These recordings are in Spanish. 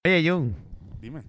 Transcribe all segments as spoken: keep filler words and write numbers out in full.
Oye, Jun. Dime.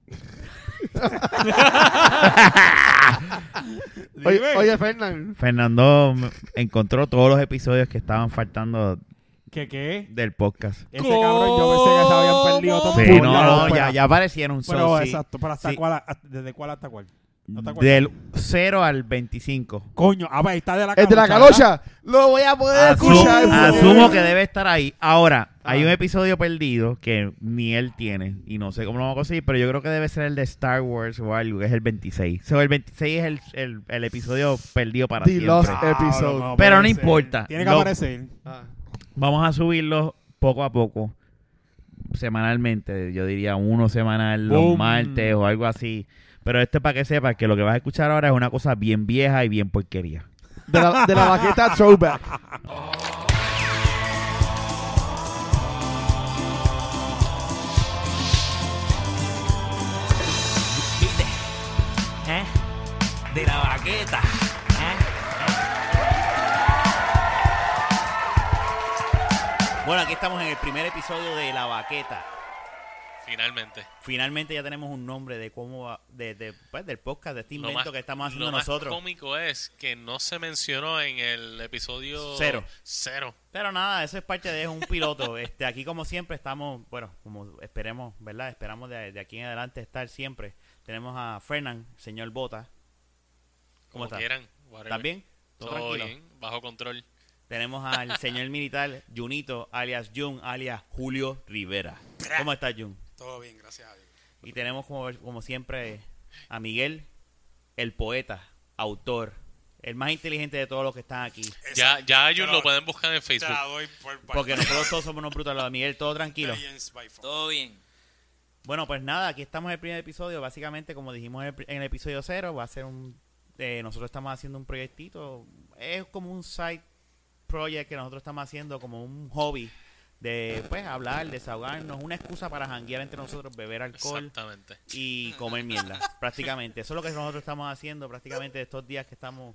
Oye, oye, Fernán. Fernando encontró todos los episodios que estaban faltando ¿Qué qué? del podcast. Ese cabrón yo pensé que se habían perdido todos. Sí, por no, lados, no, pero- ya, ya aparecieron. Pero so, sí. exacto, pero hasta Sí. cuál, hasta- ¿desde cuál hasta cuál? ¿No te acuerdas? Del cero al veinticinco. Coño, ah, pues, está de la El de la calocha, calocha. Lo voy a poder Asumo, escuchar. asumo que debe estar ahí. Ahora, Ah. hay un episodio perdido que ni él tiene y no sé cómo lo vamos a conseguir, pero yo creo que debe ser el de Star Wars o algo, que es el veintiséis. O sea, el veintiséis es el, el, el episodio perdido para The siempre. Lost ¿verdad? episode. no Pero puede no ser. importa. Tiene que Lo- aparecer. Ah. Vamos a subirlo poco a poco, semanalmente. Yo diría uno semanal los Boom. martes o algo así. Pero esto es para que sepas que lo que vas a escuchar ahora es una cosa bien vieja y bien porquería. De la, de la baqueta throwback. ¿Viste? ¿Eh? De la baqueta. ¿Eh? Bueno, aquí estamos en el primer episodio de La Baqueta. Finalmente. Finalmente ya tenemos un nombre de cómo va, de, de, pues, del podcast, de este Lo invento más, que estamos haciendo lo más nosotros. cómico es que no se mencionó en el episodio Cero. Cero. Pero nada, eso es parte de es un piloto. Este, aquí como siempre estamos, bueno, como esperemos, ¿verdad? Esperamos de, de aquí en adelante estar siempre. Tenemos a Fernán, señor Bota. ¿Cómo Como está? quieran. whatever. ¿Estás bien? ¿Todo, Todo tranquilo? bien, bajo control. Tenemos al señor militar Junito, alias Jun, alias Julio Rivera. ¿Cómo estás, Jun? Todo bien, gracias a Dios. Y tenemos como, como siempre a Miguel, el poeta, autor, el más inteligente de todos los que están aquí. Ya, ya a Te Jun lo- lo pueden buscar en Te Facebook. la doy por Porque nosotros todos somos unos brutales. Miguel, todo tranquilo. Experience by phone. Todo bien. Bueno, pues nada, aquí estamos en el primer episodio. Básicamente, como dijimos en el, pri- en el episodio cero, va a ser un... eh, nosotros estamos haciendo un proyectito. Es como un side project que nosotros estamos haciendo, como un hobby de, pues, hablar, desahogarnos. Una excusa para janguear entre nosotros, beber alcohol Exactamente. y comer mierda, prácticamente. Eso es lo que nosotros estamos haciendo prácticamente estos días que estamos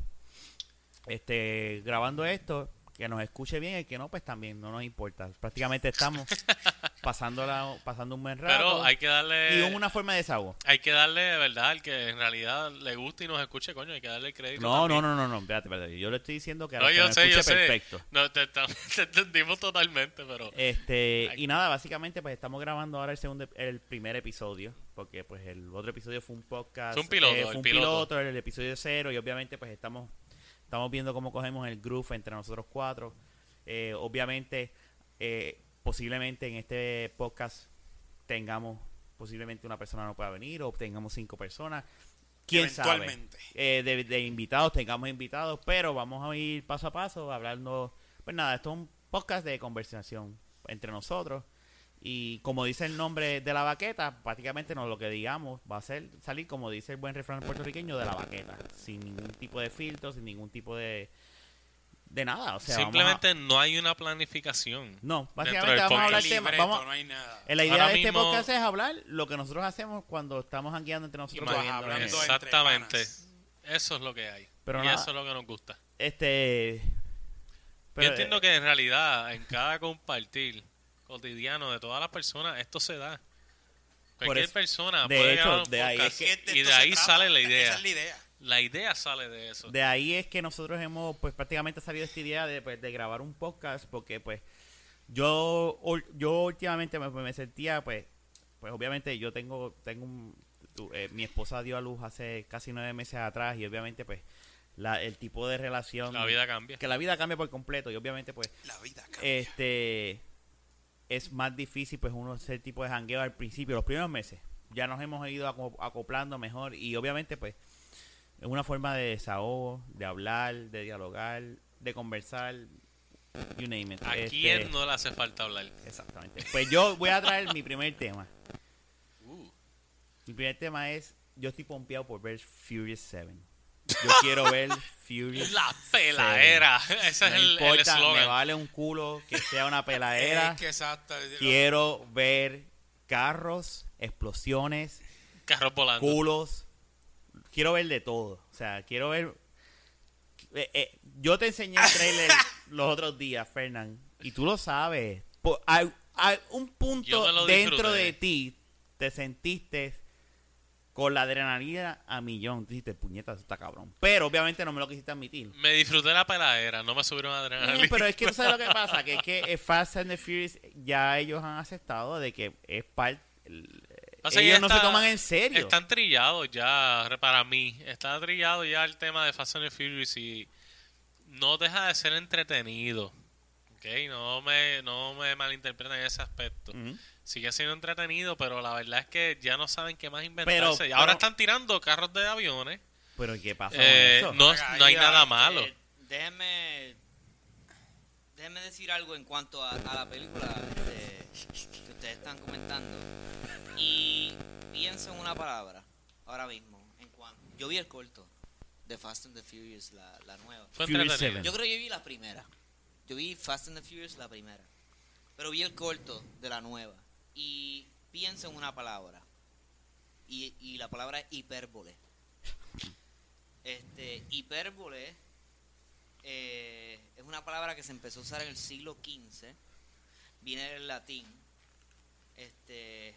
este grabando esto. Que nos escuche bien, el que no, pues también, no nos importa. Prácticamente estamos pasándola, pasando un buen rato. Pero hay que darle... Y una forma de desahogo. Hay que darle, de verdad, al que en realidad le guste y nos escuche, coño, hay que darle el crédito. No, no, también. no, no, no, espérate, espérate. Yo le estoy diciendo que a No, los que yo nos sé, yo escuche sé. perfecto. No, te, te- te entendimos totalmente, pero... Este, y nada, básicamente pues estamos grabando ahora el segundo el primer episodio, porque pues el otro episodio fue un podcast, Fue un piloto, eh, el fue un piloto. piloto, el episodio cero, y obviamente pues estamos estamos viendo cómo cogemos el groove entre nosotros cuatro. Eh, obviamente, eh, posiblemente en este podcast tengamos, posiblemente una persona no pueda venir, o tengamos cinco personas. ¿Quién sabe? Eventualmente. Eh, de, de invitados, tengamos invitados, pero vamos a ir paso a paso hablando. Pues nada, esto es un podcast de conversación entre nosotros. Y como dice el nombre de la baqueta, prácticamente no, lo que digamos va a ser salir, como dice el buen refrán puertorriqueño, de la baqueta. Sin ningún tipo de filtro, sin ningún tipo de, de nada. O sea, vamos a- Simplemente no hay una planificación. no, dentro básicamente del vamos a hablar podcast. temas. Libreto, Vamos, no hay nada. eh, la idea Ahora de este mismo- podcast es hablar lo que nosotros hacemos cuando estamos jangueando entre nosotros. Y más bebiendo, hablando eh. entre Exactamente. panas. Eso es lo que hay. Pero y nada. eso es lo que nos gusta. Este. pero, Yo entiendo eh, que en realidad en cada compartir cotidiano de todas las personas esto se da. Cualquier eso- persona de puede hecho, grabar un de ahí podcast Es que y esto de se ahí trata. sale la idea. Esa es la idea. La idea sale de eso. De ahí es que nosotros hemos, pues prácticamente salido esta idea de, pues, de grabar un podcast, porque pues yo ul- yo últimamente me, me sentía, pues, pues obviamente yo tengo, tengo un, tu- eh, mi esposa dio a luz hace casi nueve meses atrás y obviamente pues la, el tipo de relación, La vida cambia. que la vida cambia por completo y obviamente pues La vida cambia. este es más difícil pues uno hacer tipo de jangueo al principio, los primeros meses. Ya nos hemos ido aco- acoplando mejor y obviamente pues es una forma de desahogo, de hablar, de dialogar, de conversar, you name it. ¿A Este, quién no le hace falta hablar? Exactamente. Pues yo voy a traer mi primer tema. Uh, Mi primer tema es, yo estoy pompeado por ver Furious siete. Yo quiero ver Furious la peladera. Ese es No el el importa, me eslogan. vale un culo que sea una peladera. Es que exacto. Quiero ver carros, explosiones, Carros volando. culos. Quiero ver de todo. O sea, quiero ver... Eh, eh, yo te enseñé el trailer los otros días, Fernán, y tú lo sabes. Por- hay, hay un Yo punto me lo dentro disfruté. de ti te sentiste con la adrenalina a millón. Dijiste, puñeta, eso está cabrón. Pero obviamente no me lo quisiste admitir. Me disfruté la peladera, no me subieron adrenalina. No, pero es que tú sabes lo que pasa, que es que Fast and the Furious ya ellos han aceptado de que es parte... Pasa que Ellos ya no está- se toman en serio. Están trillados ya, para mí. Está trillado ya el tema de Fast and the Furious y no deja de ser entretenido. ¿Ok? No me, no me malinterpreten en ese aspecto. Ujú. Sigue siendo entretenido, pero la verdad es que ya no saben qué más inventarse. Pero- y ahora pero- están tirando carros de aviones. Pero ¿qué pasa Eh, con eso? no, Oiga, no hay oiga, nada este, malo. Déjeme, déjeme decir algo en cuanto a, a la película este, que ustedes están comentando. Y pienso en una palabra ahora mismo. En cuanto, yo vi el corto de Fast and the Furious, la, la nueva. Fue Fury entretenido. Seven. Yo creo que yo vi la primera. Yo vi Fast and the Furious la primera. Pero vi el corto de la nueva. Y pienso en una palabra. Y, y la palabra es hipérbole. Este, hipérbole eh, es una palabra que se empezó a usar en el siglo quince. Viene del latín. Este,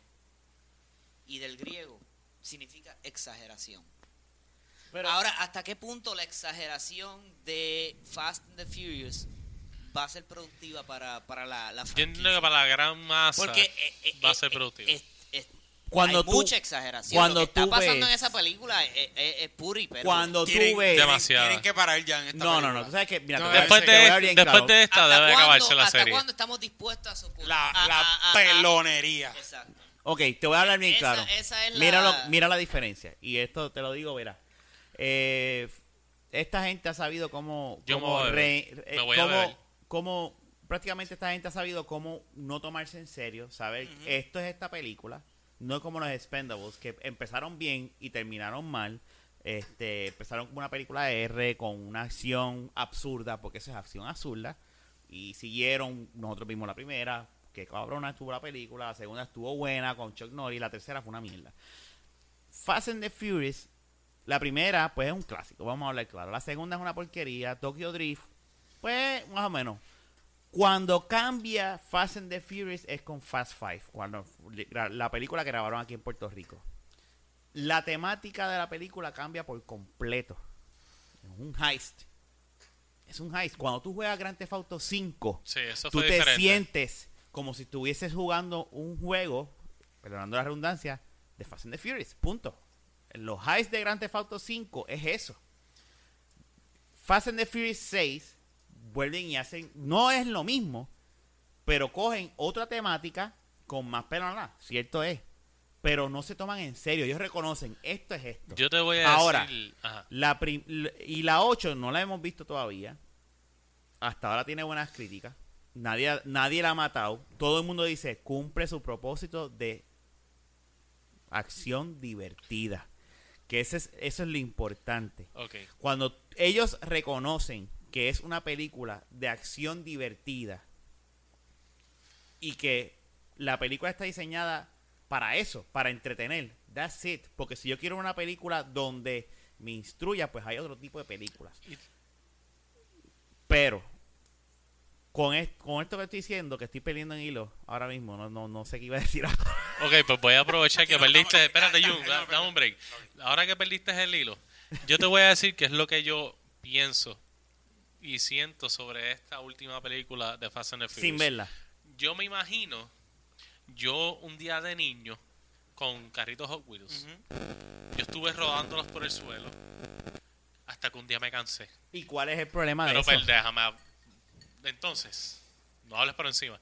y del griego. Significa exageración. Pero- Ahora, ¿hasta qué punto la exageración de Fast and the Furious va a ser productiva para, para la, la Yo franquicia? entiendo que para la gran masa Porque eh, eh, va a eh, ser eh, productivo. es- es- Cuando hay tú- mucha exageración. cuando Lo que está tú pasando ves- en esa película es, es, es puro hipérbole. Cuando tú Tienen- ves... Demasiado. Tienen que parar ya en esta No, no, película. no. Tú sabes que... Mira, No, te voy a- Después te voy a de, hablar bien después claro. de esta ¿Hasta debe cuándo- acabarse la ¿Hasta serie. cuándo estamos dispuestos a soportar? La, a- la a- a- a- pelonería. Exacto. Ok, te voy a hablar bien Esa- claro. esa es la- mira, lo- mira la diferencia. Y esto te lo digo, verá. Eh, esta gente ha sabido cómo... Yo me cómo voy a re- beber. eh, Me voy a cómo- beber. cómo- prácticamente esta gente ha sabido cómo no tomarse en serio, saber esto es esta película, no como los Expendables, que empezaron bien y terminaron mal. Este, empezaron como una película de R con una acción absurda, porque eso es acción absurda, y siguieron. Nosotros vimos la primera, que cabrona estuvo la película, la segunda estuvo buena con Chuck Norris, la tercera fue una mierda. Fast and the Furious, la primera pues es un clásico, vamos a hablar claro. La segunda es una porquería. Tokyo Drift, pues más o menos. Cuando cambia Fast and the Furious es con Fast Five, cuando la, la película que grabaron aquí en Puerto Rico. La temática de la película cambia por completo. Es un heist. Es un heist. Cuando tú juegas Grand Theft Auto cinco, Sí, eso tú fue te diferente. sientes como si estuvieses jugando un juego, perdonando la redundancia, de Fast and the Furious. Punto. Los heists de Grand Theft Auto cinco es eso. Fast and the Furious seis vuelven y hacen, no es lo mismo, pero cogen otra temática con más pelona, cierto es, pero no se toman en serio. Ellos reconocen, esto es esto. Yo te voy a Ahora, decir... Ajá. La prim- l- y la ocho no la hemos visto todavía. Hasta ahora tiene buenas críticas. Nadie, nadie la ha matado. Todo el mundo dice, cumple su propósito de acción divertida. Que ese es, eso es lo importante. Ok. Cuando ellos reconocen que es una película de acción divertida y que la película está diseñada para eso, para entretener, that's it. Porque si yo quiero una película donde me instruya, pues hay otro tipo de películas. Y- Pero con, est- con esto que estoy diciendo, que estoy perdiendo en hilo ahora mismo, no, no, no sé qué iba a decir ahora. Ok, pues voy a aprovechar que Aquí no perdiste... estamos- Espérate, ya, Jun, ya, da- ya, dame un break. ok. Ahora que perdiste el hilo, yo te voy a decir qué es lo que yo pienso y siento sobre esta última película de Fast and the Furious. Sin verla. Yo me imagino, yo un día de niño, con carritos Hot Wheels, yo estuve rodándolos por el suelo hasta que un día me cansé. ¿Y cuál es el problema Pero de eso? pues, déjame... hab- Entonces, no hables por encima.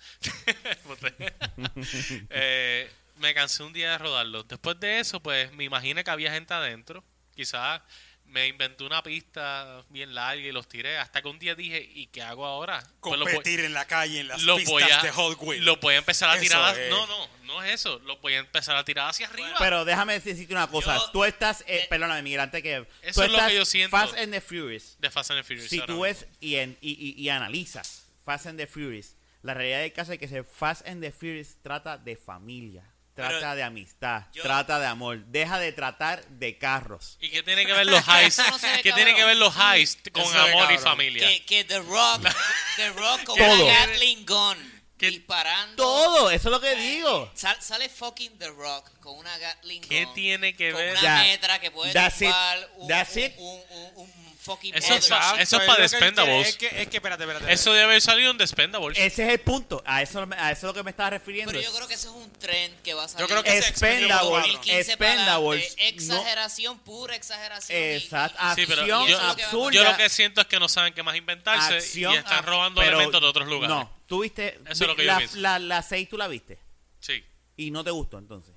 Eh, me cansé un día de rodarlo. Después de eso, pues, me imaginé que había gente adentro. Quizás me inventé una pista bien larga y los tiré. Hasta que un día dije, ¿y qué hago ahora? Pues lo voy- Competir en la calle, en las lo pistas voy a, de Hot Wheels. lo voy a empezar a Eso tirar. es. No, no, no es eso. Lo voy a empezar a tirar hacia arriba. Pero déjame decirte una cosa. Yo- tú estás, eh, eh, perdóname, Miguel, antes que... Eso tú es lo estás que yo siento. Fast and the Furious. de Fast and the Furious. Si ahora tú mismo. ves y, en- y, y- y analizas Fast and the Furious, la realidad del caso es que ese Fast and the Furious trata de familia, trata Pero de amistad, yo- trata de amor. Deja de tratar de carros. ¿Y qué tiene que ver los heists? Eso no se ve, ¿Qué tiene cabrón. que ver los heists con Eso se ve, amor y cabrón. familia? Que, que The Rock, The Rock con Todo. una Gatling gun ¿Qué? disparando. Todo, eso es lo que digo. Sal- sale fucking The Rock con una Gatling ¿Qué gun, tiene que con ver? una Ya. metra que puede That's it. tumbar un, That's un, it. un, un, un fucking Eso es mother. pa- eso es para lo que él quiere, Despendables. Es que, es que, espérate, espérate. Eso debe haber salido en Despendables. Ese es el punto. A eso, a eso es lo que me estaba refiriendo. Pero yo creo que eso es un trend que va a salir. Yo creo que ese Expendables, dos mil quince para Expendables, adelante. Exageración, pura exageración. y- Exacto. Sí, pero Acción yo- absurda. Yo lo que siento es que no saben qué más inventarse acción y están ab- robando pero elementos de otros lugares. No, tú viste. Eso es lo que yo la, pienso. la, la seis tú la viste. Sí. Y no te gustó entonces.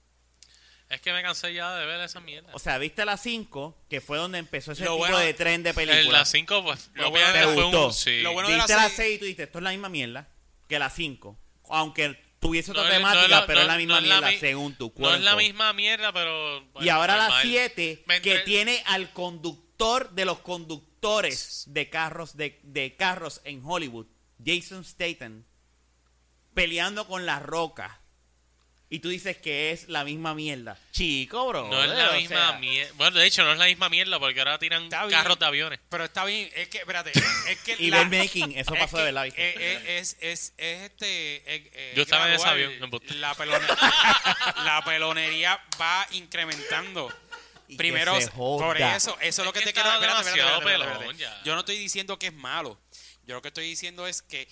Es que me cansé ya de ver esa mierda. O sea, viste la cinco, que fue donde empezó ese Lo tipo bueno- de tren de En película. la cinco, pues, Lo obviamente bueno- fue ¿Te gustó? un... Sí. Lo bueno de Viste la la seis- seis y tú dijiste, esto es la misma mierda que la cinco. Aunque tuviese otra No es- temática, no es la- pero es la no- misma no es la mierda, mi- según tu No cuerpo. es la misma mierda, pero... Y bueno, ahora la normal. siete, Me que entre- tiene al conductor de los conductores de carros de, de carros en Hollywood, Jason Statham, peleando con La Roca. Y tú dices que es la misma mierda. Chico, bro. No es la misma mierda. Bueno, de hecho, no es la misma mierda porque ahora tiran Está bien. carros de aviones. Pero está bien, es que, espérate, es que Y la- ver making, eso es pasó de que, verdad, ¿viste? eh, eh, Es, es, es, este... eh, eh, Yo estaba en ese gradual. avión, no embuste. La, pelone- la pelonería va incrementando. Y que Primero, se joda. por eso, eso es lo Es que, que te quiero... estaba espérate, espérate, demasiado espérate, espérate, pelón espérate. ya. Yo no estoy diciendo que es malo. Yo lo que estoy diciendo es que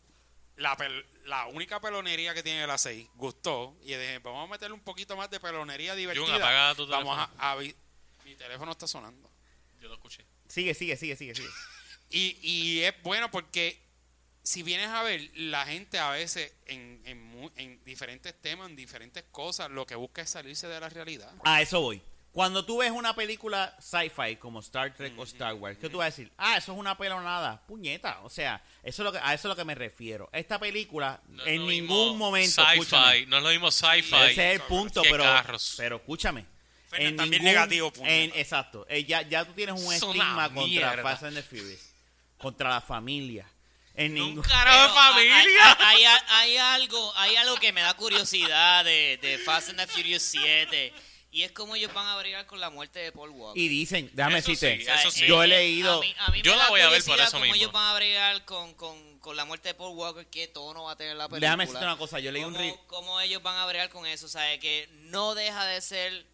la, pel- la única pelonería que tiene la seis gustó y dije, vamos a meterle un poquito más de pelonería divertida. apaga tu vamos teléfono. a, a vi- Mi teléfono está sonando. Yo lo escuché. Sigue, sigue, sigue, sigue, sigue. Y, y es bueno porque si vienes a ver, la gente a veces en, en, mu- en diferentes temas, en diferentes cosas, lo que busca es salirse de la realidad. A eso voy. Cuando tú ves una película sci-fi como Star Trek o Star Wars, ¿qué tú vas a decir? Ah, eso es una pelonada. Puñeta. O sea, eso es lo que, a eso es lo que me refiero. Esta película, No es en lo ningún mismo momento, Sci-fi, escúchame, no es lo mismo sci-fi. ese es el punto, que pero, carros. pero escúchame. Fernan, también negativo, puñeta. en- Exacto. Eh, ya, ya tú tienes un Es una estigma contra mierda. Fast and the Furious. Contra la familia. En Un ningún... carajo de Pero hay- familia. Hay, hay- hay algo, hay algo que me da curiosidad de, de Fast and the Furious siete. Y es cómo ellos van a bregar con la muerte de Paul Walker. Y dicen, déjame Eso decirte, sí, O sea, eso sí. yo he eh, leído... A mí, a mí Yo me la da voy a ver por curiosidad eso cómo mismo. ellos van a bregar con, con, con la muerte de Paul Walker, qué tono va a tener la película. Déjame decirte una cosa, yo leí un... ¿Cómo, re- cómo ellos van a bregar con eso? O sea, que no deja de ser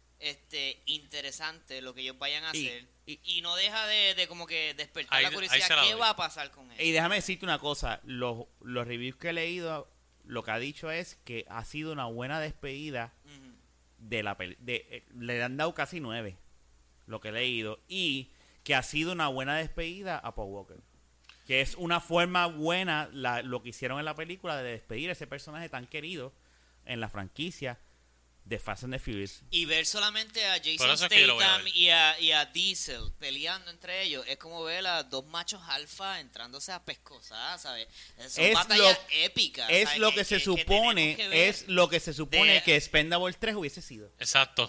este interesante lo que ellos vayan a Y- hacer. y- Y, no deja de, de como que despertar Ahí- la ahí curiosidad. se la ¿Qué doy. va a pasar con ellos? Y déjame decirte una cosa, los, los reviews que he leído, lo que ha dicho es que ha sido una buena despedida Ujú. de la peli de, eh, le han dado casi nueve, lo que he leído, y que ha sido una buena despedida a Paul Walker. Que es una forma buena la- lo que hicieron en la película de despedir a ese personaje tan querido en la franquicia de Fast and the Furious. Y ver solamente a Por Jason eso es que yo lo voy a Statham ver. y a, y a Diesel peleando entre ellos es como ver a dos machos alfa entrándose a pescosar, ¿sabes? Son Es batallas lo- épicas. Es ¿sabes? lo que, se tenemos supone, que ver. es lo que se supone de- que Expendables tres hubiese sido. Exacto.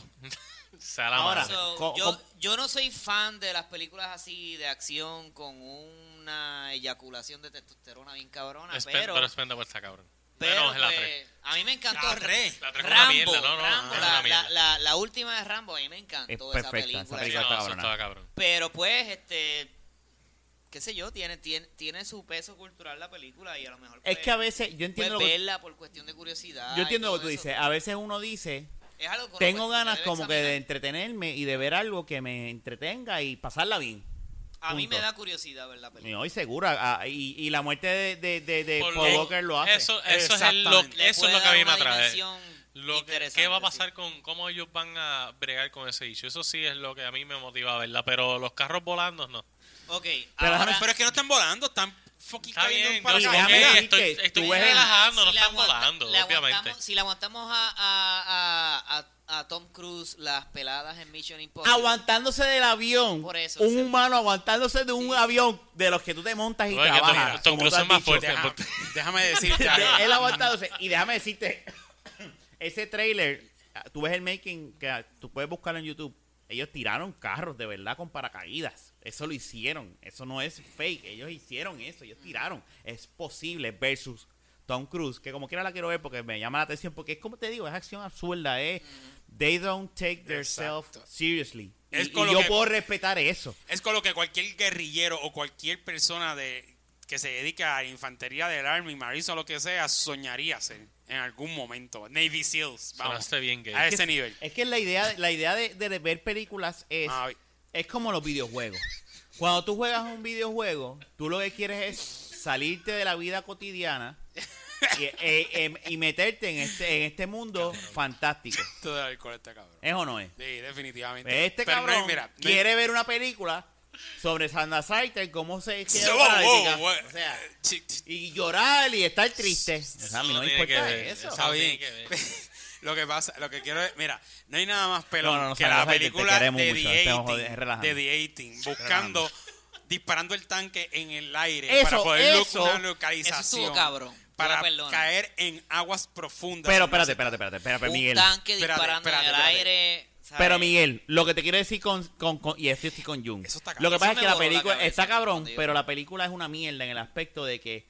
Sea la Ahora, madre. So, co- yo, co- yo no soy fan de las películas así de acción con una eyaculación de testosterona bien cabrona, Espen- pero, pero Spendable está cabrón. pero, no, es la pues, tres. a mí me encantó La tres. La tres es una Rambo, mierda, no, no, Rambo, es la, una mierda. la, la, la última de Rambo, a mí me encantó Es esa perfecta, película. esa Sí, película no, está eso cabrona. estaba cabrón. Pero pues, este, qué sé yo, tiene, tiene, tiene su peso cultural la película y a lo mejor Es pues, que a veces, yo puedes entiendo lo que, verla por cuestión de curiosidad. yo y entiendo lo que todo tú eso. dices. A veces uno dice, Es algo que uno tengo pues, ganas debe como que de examinar. entretenerme y de ver algo que me entretenga y pasarla bien. A mí punto. me da curiosidad ver la película. Y hoy segura. ah, y, y la muerte de, de, de, de Por Paul lo- Walker lo hace. Eso, eso es, el, lo, Exactamente. Le eso es puede lo que a dar mí me una atrae. dimensión Lo que, interesante, ¿Qué va a sí. pasar con cómo ellos van a bregar con ese issue? Eso sí es lo que a mí me motiva a verla, pero los carros volando no. Ok, Pero ahora, Pero es que no están volando, están fucking Está cayendo bien, en paracaídas. Y yo déjame sé, decirte, estoy, estoy tú ves el- relajando, no si le están aguanta- volando, le obviamente. aguantamos- si le aguantamos a, a, a, a, a Tom Cruise las peladas en Mission Impossible. Aguantándose del avión. Por eso, un sí. humano aguantándose de un Sí. avión de los que tú te montas y Oye, que trabajas. Tom- Tom como Cruise tú has es más dicho. fuerte. Deja- porque- déjame decirte De algo. él aguantándose. Y déjame decirte, ese trailer, tú ves el making, que ah, tú puedes buscarlo en YouTube. Ellos tiraron carros de verdad con paracaídas. Eso lo hicieron. Eso no es fake. Ellos hicieron eso. Ellos tiraron. Es posible versus Tom Cruise, que como quiera la quiero ver porque me llama la atención. Porque es como te digo, es acción absurda. Es, they don't take themselves Exacto. seriously. Y, Es y con lo yo que- puedo respetar eso. Es con lo que cualquier guerrillero o cualquier persona de que se dedique a la infantería del Army, Marines o lo que sea, soñaría ser en algún momento. Navy SEALs, vamos. Sonaste bien gay. A Es ese que- nivel. Es que la idea, la idea de, de ver películas es, Ah, es como los videojuegos. Cuando tú juegas un videojuego, tú lo que quieres es salirte de la vida cotidiana y, eh, eh, y meterte en este, en este mundo fantástico. todo el alcohol este cabrón. ¿Es o no es? Sí, definitivamente. Pues este Pero no hay- cabrón mira, no hay- quiere ver una película sobre Sandra Saiter, cómo se queda Wow, wow, paralítica. wow. O sea, Chi- chi- y llorar y estar triste. O sea, a mí no me tiene que importa ver, eso. eso Está no bien. tiene que ver. Lo que pasa, lo que quiero es, mira, no hay nada más pelón No, no, no, que Sandra la Saiter, te película queremos de mucho, The estamos A-Team, jodiendo, relajando. de The A-Team, buscando, disparando el tanque en el aire Eso, para poder lo- eso. una Eso localización. estuvo cabrón. Para Yo la perdono. caer en aguas profundas. Pero sin espérate, hacer- espérate, espérate, espérate, Un Miguel. tanque Espérate, disparando espérate, en el espérate. aire. ¿sabes? Pero Miguel, lo que te quiero decir con, con, con- y esto estoy con Jung. Eso está Lo que cabrón. pasa Eso es que me la voló la película cabeza está cabrón, cuando yo- pero la película es una mierda en el aspecto de que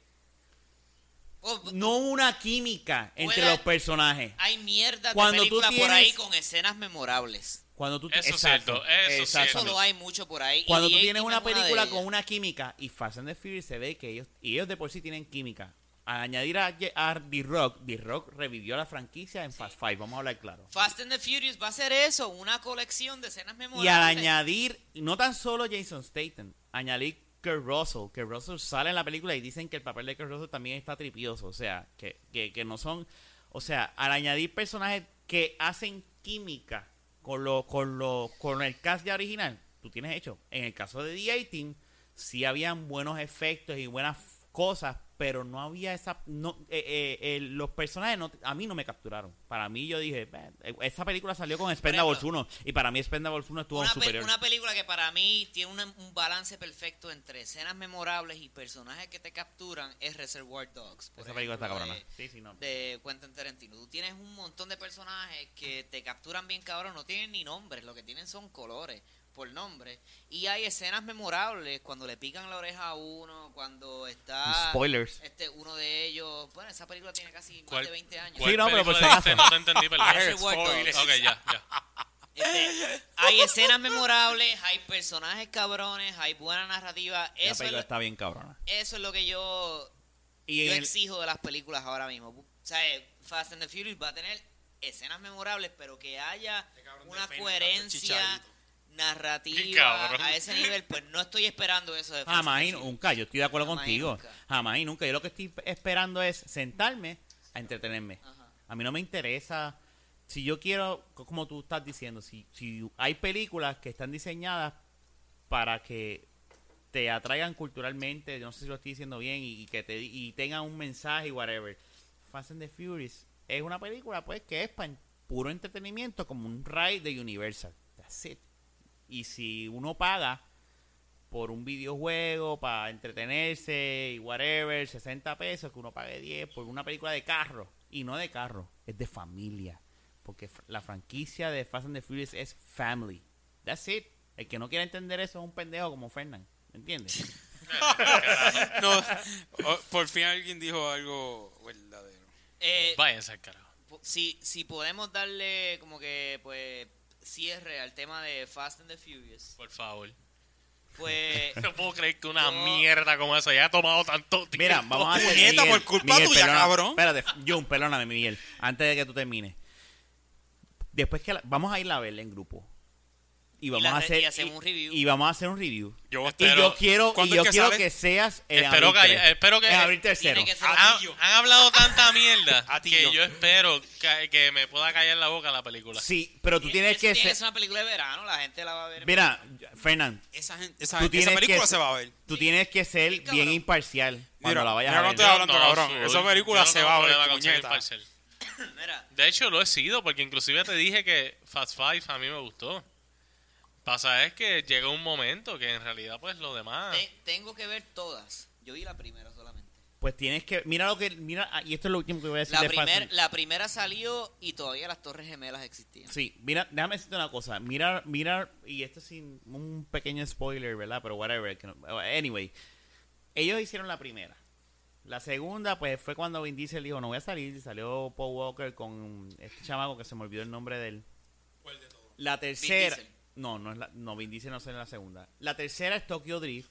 Oh, no hubo una química entre Puede- los personajes. hay mierda de Cuando tú película por ahí tienes- con escenas memorables. Cuando tú Eso es exacto, cierto, eso es exactamente. Eso lo hay mucho por ahí. y Cuando tú The tienes A-Team una es de película ellas. con una química y Fast and the Furious se ve que ellos y ellos de por sí tienen química. Al añadir a, a D-Rock, D-Rock revivió la franquicia en Fast Five, vamos a hablar claro. Fast and the Furious va a ser eso, una colección de escenas memorables. Y al añadir, no tan solo Jason Statham, añadir Kurt Russell, que Russell sale en la película y dicen que el papel de Kurt Russell también está tripioso, o sea, que, que, que no son, o sea, al añadir personajes que hacen química con lo, con lo, con el cast ya original, tú tienes hecho. En el caso de The A-Team, sí habían buenos efectos y buenas cosas, pero no había esa, no, eh, eh, eh, los personajes no, a mí no me capturaron. Para mí yo dije, "Man, esa película salió con Expendables uno y para mí Expendables uno estuvo una, pe- superior. una película que para mí tiene una- un balance perfecto entre escenas memorables y personajes que te capturan es Reservoir Dogs. por Esa película está ejemplo, cabrona. de- Sí, sí, no. de Quentin Tarantino. Tú tienes un montón de personajes que te capturan bien cabrón, no tienen ni nombres, lo que tienen son colores por nombre. Y hay escenas memorables cuando le pican la oreja a uno, cuando está Spoilers. este uno de ellos. Bueno, esa película tiene casi más ¿Cuál- de veinte años. ¿Cuál Sí, no, pero por película si dijiste? No te entendí, perdón. Reservoir Dogs. Ok, ya, ya. Este, hay escenas memorables, hay personajes cabrones, hay buena narrativa. La Eso es, película lo, está bien cabrona. eso es lo que yo, Y yo en el- exijo de las películas ahora mismo. O sea, Fast and the Furious va a tener escenas memorables, pero que haya cabrón una defende, coherencia chichadito. Qué narrativa cabrón. a ese nivel. Pues no estoy esperando eso de Fast Jamás and y the Furious. nunca, yo estoy de acuerdo Jamás y contigo. nunca. Jamás y nunca. Yo lo que estoy esperando es sentarme a entretenerme. Ajá. A mí no me interesa. Si yo quiero, co- como tú estás diciendo, si, si hay películas que están diseñadas para que te atraigan culturalmente, no sé si lo estoy diciendo bien, y, y que te y tengan un mensaje y whatever. Fast and the Furious es una película pues que es para puro entretenimiento, como un ride de Universal. That's it. Y si uno paga por un videojuego para entretenerse y whatever, sesenta pesos, que uno pague diez por una película de carro, y no de carro, es de familia, porque fr- la franquicia de Fast and the Furious es family. That's it. El que no quiera entender eso es un pendejo como Fernán, ¿me entiendes? No, oh, por fin alguien dijo algo verdadero. Eh, Váyanse al carajo. po- si, si podemos darle como que pues cierre al tema de Fast and the Furious, Por favor. pues No puedo creer que una Yo- mierda como esa haya tomado tanto tiempo. Mira, vamos a hacer Puñeta, Miguel, por culpa Miguel, tuya, perdona- cabrón. Espérate, John, perdóname, Miguel, antes de que tú termines. Después que la- vamos a ir a verla en grupo. Y vamos la a re- hacer y hacemos un review. y vamos a hacer un review. Yo Y espero- yo quiero, y ¿Cuándo yo es que quiero sale? que seas en Espero que, abril haya- tres. espero que en abril tercero. Tiene que ser han, Atillo. han hablado tanta mierda A ti que yo. yo espero que, que me pueda callar la boca la película. Sí, pero tú Y tienes eso que tiene ser. ser una película de verano, la gente la va a ver. Mira, Fernán, Esa, gente, esa, tú esa tienes película que se va a ver. tú tienes que ser Sí, cabrón. bien imparcial cuando Mira, la vayas mira a cuánto ver. estoy hablando, Yo cabrón. soy- Esa película yo no se tengo va a ver, problema con ser puñeta. imparcial. Mira, De hecho, lo he sido, porque inclusive te dije que Fast Five a mí me gustó. Pasa es que llega un momento que en realidad pues lo demás... te- tengo que ver todas. Yo vi la primera solamente. Pues tienes que mira lo que mira ah, y esto es lo último que voy a decir La, de Fast primer, and- la primera salió y todavía las Torres Gemelas existían. Sí, mira, déjame decirte una cosa. Mira, mira, y esto es sin un pequeño spoiler, ¿verdad? Pero whatever. que no- anyway, ellos hicieron la primera. La segunda, pues, fue cuando Vin Diesel dijo, no voy a salir. Y salió Paul Walker con este chamaco que se me olvidó el nombre de él. La tercera... Diesel. No, no, es la, no, Vin Diesel no sale en la segunda. La tercera es Tokyo Drift,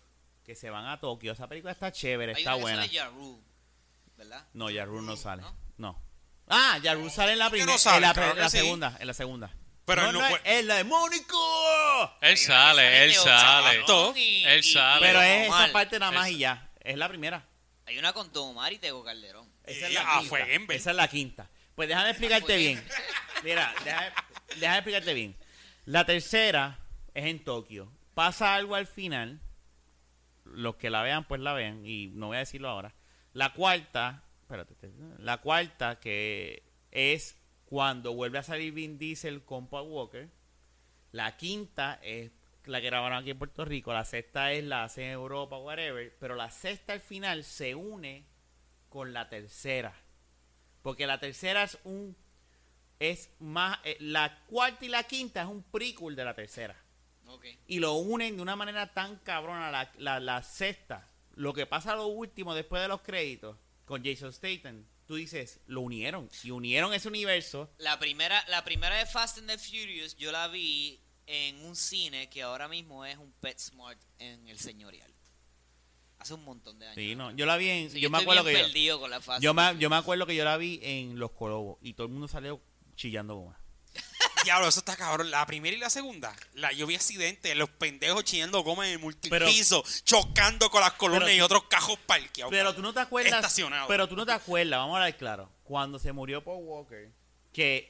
que se van a Tokio. Esa película está chévere, Hay está una que buena. sale Ya Rule, ¿verdad? No, Ya Rule no sale. ¿No? No. Ah, Ya Rule sale en la ¿Por qué primera, no sale? en la, Claro en la que sí. segunda, en la segunda. Pero no, él no no, fue- es la de Mónico. Él sale, él Teo sale. Calderón y- Él y- sale. Pero Don es esa Omar. parte nada más Es- y ya. Es la primera. Hay una con Don Omar y Tego Calderón. Esa es Y la a quinta. Fueguenberg. Esa es la quinta. Pues déjame explicarte bien. Mira, déjame, déjame explicarte bien. La tercera es en Tokio. Pasa algo al final. Los que la vean, pues la vean. Y no voy a decirlo ahora. La cuarta, espérate, espérate, la cuarta que es cuando vuelve a salir Vin Diesel con Paul Walker. La quinta es la que grabaron aquí en Puerto Rico. La sexta es la hacen en Europa, whatever. Pero la sexta al final se une con la tercera. Porque la tercera es un... Es más... eh, la cuarta y la quinta es un prequel de la tercera. Ok. Y lo unen de una manera tan cabrona. La, la, la sexta. Lo que pasa a lo último, después de los créditos, con Jason Statham. Tú dices, lo unieron. Y unieron ese universo. La primera, la primera de Fast and the Furious yo la vi en un cine que ahora mismo es un PetSmart en el Señorial. Hace un montón de años. Sí, no, yo la vi en... Sí, yo me estoy acuerdo bien que yo, perdido con la Fast yo and the me, Furious. yo me acuerdo que yo la vi en Los Colobos. Y todo el mundo salió chillando goma. Diablo, eso está cabrón. La primera y la segunda. La, yo vi accidentes, los pendejos chillando goma en el Pero- multipiso, chocando con las columnas Pero- y otros cajos parqueados. Pero tú no te acuerdas. Estacionado. Pero tú no te acuerdas, vamos a hablar claro. Cuando se murió Paul Walker, que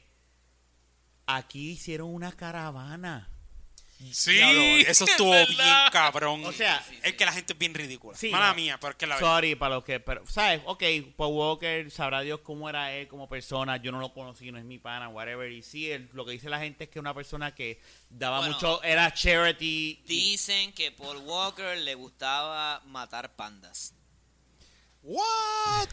aquí hicieron una caravana. Sí, Diablo, eso es estuvo verdad. bien cabrón. O sea, es que la gente es bien ridícula. Sí, Mala no. mía, pero es que la verdad. Sorry para los que, pero, ¿sabes? Ok, Paul Walker, sabrá Dios cómo era él como persona. Yo no lo conocí, no es mi pana, whatever. Y sí, él- lo que dice la gente es que una persona que daba Bueno, mucho, era charity. y- Dicen que Paul Walker le gustaba matar pandas. What?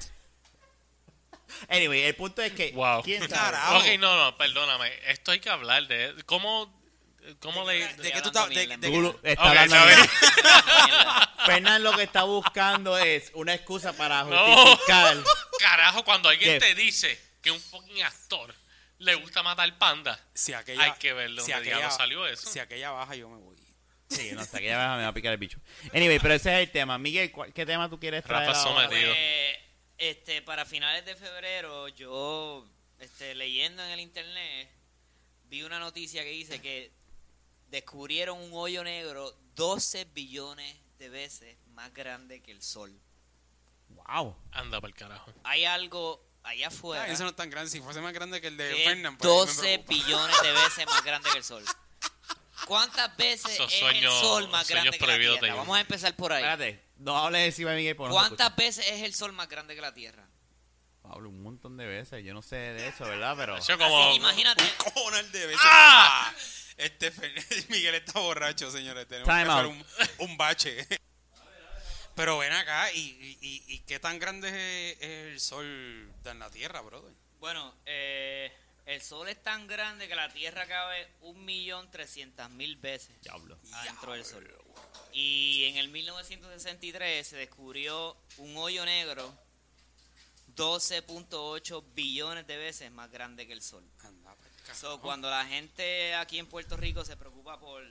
Anyway, el punto es que. Wow. ¿Quién sabe? Carajo. Ok, no, no, perdóname. Esto hay que hablar de... ¿Cómo, cómo le...? Estoy ¿De qué tú hablando estás- de- mierda, de en qué- verdad. Tú está Ok, hablando está bien. Mierda. Fernán lo que está buscando es una excusa para No. justificar. Carajo, cuando alguien ¿Qué? te dice que un fucking actor le gusta matar panda, Si aquella, hay que ver de dónde diablo salió eso. Si aquella baja, yo me voy. Sí, no sé, que ya me va a picar el bicho. Anyway, pero ese es el tema. Miguel, ¿cuál- ¿qué tema tú quieres traer Rafa ahora? Sometido. Pues, este, para finales de febrero, yo, este, leyendo en el internet, vi una noticia que dice que descubrieron un hoyo negro doce billones de veces más grande que el Sol. Wow. Anda para el carajo. Hay algo allá afuera Ah, eso no es tan grande. Si fuese más grande que el de que Fernan, es pues, ahí me doce preocupa. billones de veces más grande que el Sol. ¿Cuántas veces Esos es sueños- el Sol más sueños grande que la prohibidos de Tierra? Dios. Vamos a empezar por ahí. Espérate, no hables encima de Miguel. porque no se ¿Cuántas escucha. veces es el Sol más grande que la Tierra? Hablo un montón de veces. Yo no sé de eso, ¿verdad? Pero. Eso como... Así, imagínate. Un cojonal de veces. ¡Ah! Ah, Este Fer- Miguel está borracho, señores. Tenemos Time que hacer out. un, un bache. Pero ven acá, ¿y, y, y- y qué tan grande es, es el sol en la Tierra, brother? Bueno, eh, el Sol es tan grande que la Tierra cabe un millón trescientas mil veces Diablo. adentro del Sol. Y en el mil novecientos sesenta y tres se descubrió un hoyo negro doce punto ocho billones de veces más grande que el Sol. Anda, pa'l carajo. So, cuando la gente aquí en Puerto Rico se preocupa por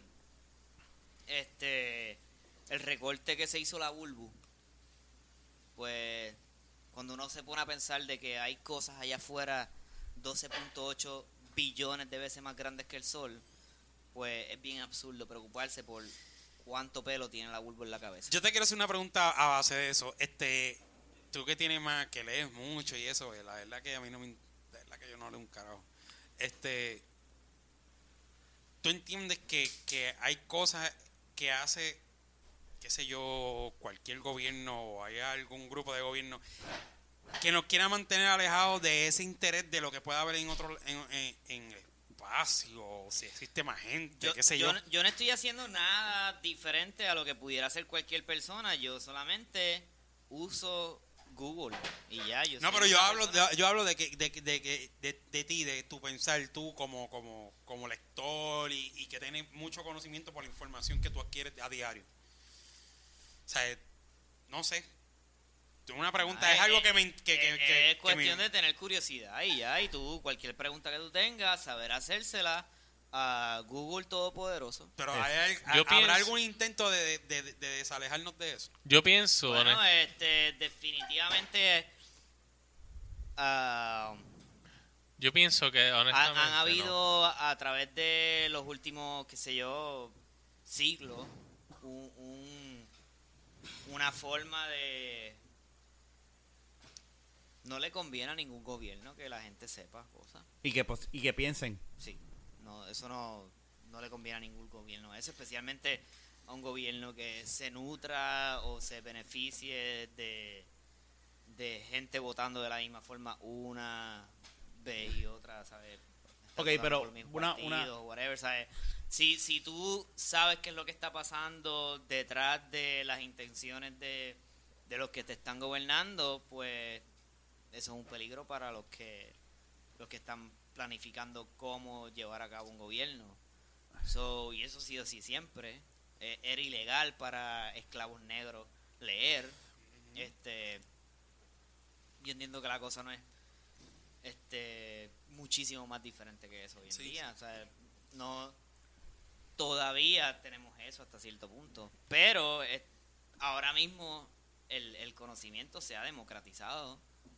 este el recorte que se hizo la Bulbu, pues cuando uno se pone a pensar de que hay cosas allá afuera doce punto ocho billones de veces más grandes que el Sol, pues es bien absurdo preocuparse por cuánto pelo tiene la Bulbu en la cabeza. Yo te quiero hacer una pregunta a base de eso. Este, tú que tienes más, que lees mucho y eso, la verdad que a mí no me, la verdad que yo no leo un carajo. Este, tú entiendes que, que hay cosas que hace, qué sé yo, cualquier gobierno o hay algún grupo de gobierno que nos quiera mantener alejados de ese interés de lo que pueda haber en otro, en, en, en el espacio, o si existe más gente, Yo, qué sé yo. yo, no- yo no estoy haciendo nada diferente a lo que pudiera hacer cualquier persona. Yo solamente uso Google y ya. Yo No, soy pero yo una hablo, persona- de, yo hablo de que de, que- de, que- de, de ti, de tu pensar tú como, como, como lector y, y que tienes mucho conocimiento por la información que tú adquieres a diario. O sea, eh, no sé. Tengo una pregunta, Ah, es eh, algo eh, que me... Que, que, Eh, que- es que cuestión me- de tener curiosidad y ya. Y tú, cualquier pregunta que tú tengas, saber hacérsela a Google Todopoderoso. Pero Es- ¿hay, yo ¿habrá pienso- algún intento de, de, de- de desalejarnos de eso? Yo pienso, Bueno, honest- este, definitivamente ah, yo pienso que han, honestamente han no. habido a través de los últimos, qué sé yo, siglos, un, un- una forma de... No le conviene a ningún gobierno que la gente sepa cosas. Y que, pos- y que piensen. Sí, no, eso no, no le conviene a ningún gobierno. Eso especialmente a un gobierno que se nutra o se beneficie de, de gente votando de la misma forma una vez y otra, ¿sabes? Están Ok, votando pero por los mismos una- partidos, una- whatever, ¿sabes? Si, si tú sabes qué es lo que está pasando detrás de las intenciones de, de los que te están gobernando, pues eso es un peligro para los que los que están planificando cómo llevar a cabo un gobierno. So, y eso ha sido así siempre. Eh, era ilegal para esclavos negros leer. Este, yo entiendo que la cosa no es este muchísimo más diferente que eso hoy en Sí, día. O sea, no todavía tenemos eso hasta cierto punto, pero eh, ahora mismo el, el conocimiento se ha democratizado.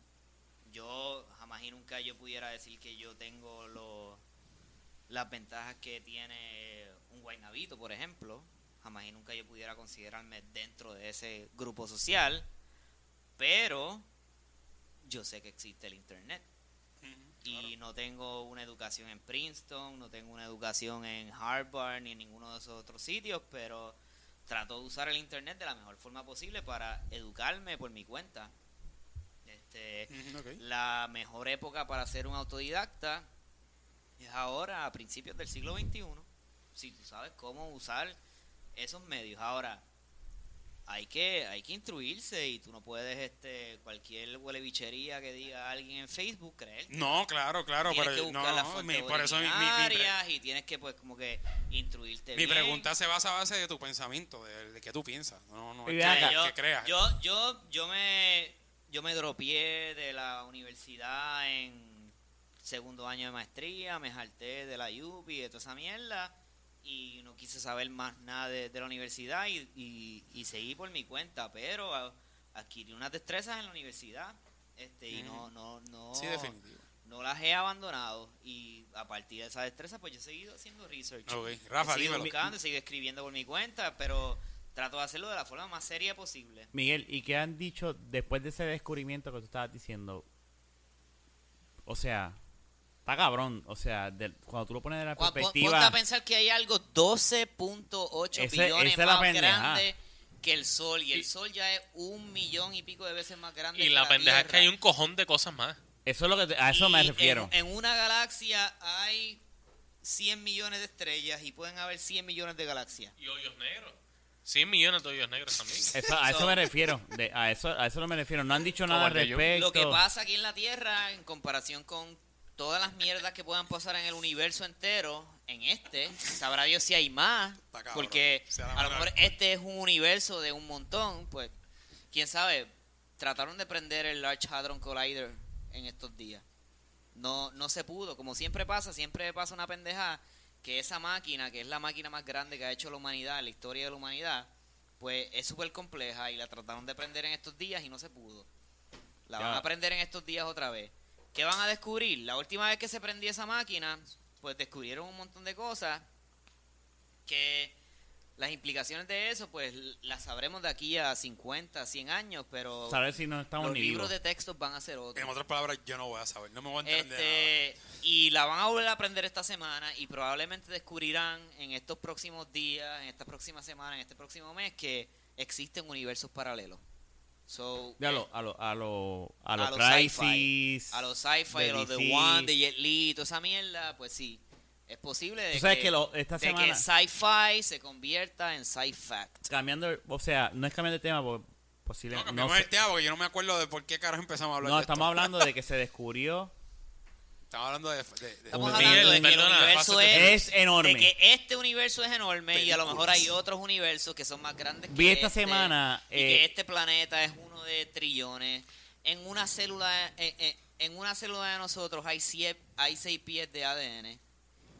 Yo jamás y nunca yo pudiera decir que yo tengo lo- las ventajas que tiene un guaynabito, por ejemplo. Jamás y nunca yo pudiera considerarme dentro de ese grupo social, pero yo sé que existe el internet. Y no tengo una educación en Princeton, no tengo una educación en Harvard ni en ninguno de esos otros sitios, pero trato de usar el internet de la mejor forma posible para educarme por mi cuenta. Este, Ujú, ok. la mejor época para ser un autodidacta es ahora, a principios del siglo veintiuno. Si tú sabes cómo usar esos medios. Ahora, hay que hay que instruirse y tú no puedes este cualquier huele bichería que diga alguien en Facebook creer. No, claro, claro, Tienes pero que no, buscar las no, fuentes mi- por eso mi, mi- mi pre- originarias y tienes que pues como que instruirte mi bien. pregunta se basa a base de tu pensamiento, de, de qué tú piensas. No, no, Y es ven que, acá. yo, que creas. yo, yo, yo me yo me dropié de la universidad en segundo año de maestría, me jalté de la U P y de toda esa mierda y no quise saber más nada de, de la universidad y, y, y seguí por mi cuenta, pero a- adquirí unas destrezas en la universidad este y no no no Sí, definitivo. no las he abandonado y a partir de esa destreza pues yo he seguido haciendo research. Ok, Rafa, he seguido dímelo. buscando, he seguido escribiendo por mi cuenta, pero trato de hacerlo de la forma más seria posible. Miguel, ¿y qué han dicho después de ese descubrimiento que tú estabas diciendo? O sea, está cabrón. O sea, del- cuando tú lo pones de la Cu- pon- Ponte perspectiva... a pensar que hay algo doce punto ocho Ese- billones esa es la más pendeja. grande que el Sol. Y el Y- Sol ya es un millón y pico de veces más grande Y que la la pendeja es que Tierra. hay un cojón de cosas más. Eso es lo que te- a eso me Y refiero. En, en una galaxia hay cien millones de estrellas y pueden haber cien millones de galaxias. Y hoyos negros. cien millones de hoyos negros también. Eso- a eso So- me refiero. De- a eso a eso no me refiero. No han dicho nada al Como el de yo. respecto. Lo que pasa aquí en la Tierra, en comparación con todas las mierdas que puedan pasar en el universo entero, en este, sabrá Dios si hay más, Está cabrón. porque Se la a van lo a- mejor este es un universo de un montón, pues, quién sabe, trataron de prender el Large Hadron Collider en estos días. No, no se pudo, como siempre pasa, siempre pasa una pendeja que esa máquina, que es la máquina más grande que ha hecho la humanidad, la historia de la humanidad, pues es súper compleja y la trataron de prender en estos días y no se pudo. La Ya. van a prender en estos días otra vez. ¿Qué van a descubrir? La última vez que se prendió esa máquina, pues descubrieron un montón de cosas que las implicaciones de eso, pues las sabremos de aquí a cincuenta, cien años, pero Saber si no estamos los ni libros vivos. de textos van a ser otros. En otras palabras, yo no voy a saber, no me voy a entender de nada. Este, y la van a volver a aprender esta semana y probablemente descubrirán en estos próximos días, en esta próxima semana, en este próximo mes que existen universos paralelos. So, Ya eh, lo, a lo, a lo, a a los los Crisis. sci-fi, a los sci-fi, de a los de D C. One, de Jet Li, toda esa mierda, pues sí, es posible de Tú sabes que, que lo- esta de semana- que sci-fi se convierta en sci-fact. Cambiando, o sea, no es cambiando de tema, porque No, posiblemente. cambiamos No, el sé- tema porque yo no me acuerdo de por qué carajo empezamos a hablar no, de estamos esto. hablando de que se descubrió. Estamos hablando de... de- de- Estamos Un- hablando Miguel, de que el perdona, universo fácate- es, Es enorme. de que este universo es enorme y a lo mejor hay Películas. otros universos que son más grandes que Vi esta este, semana, y eh, que este planeta es uno de trillones. En una célula en, en- en una célula de nosotros hay siete, hay seis pies de A D N y en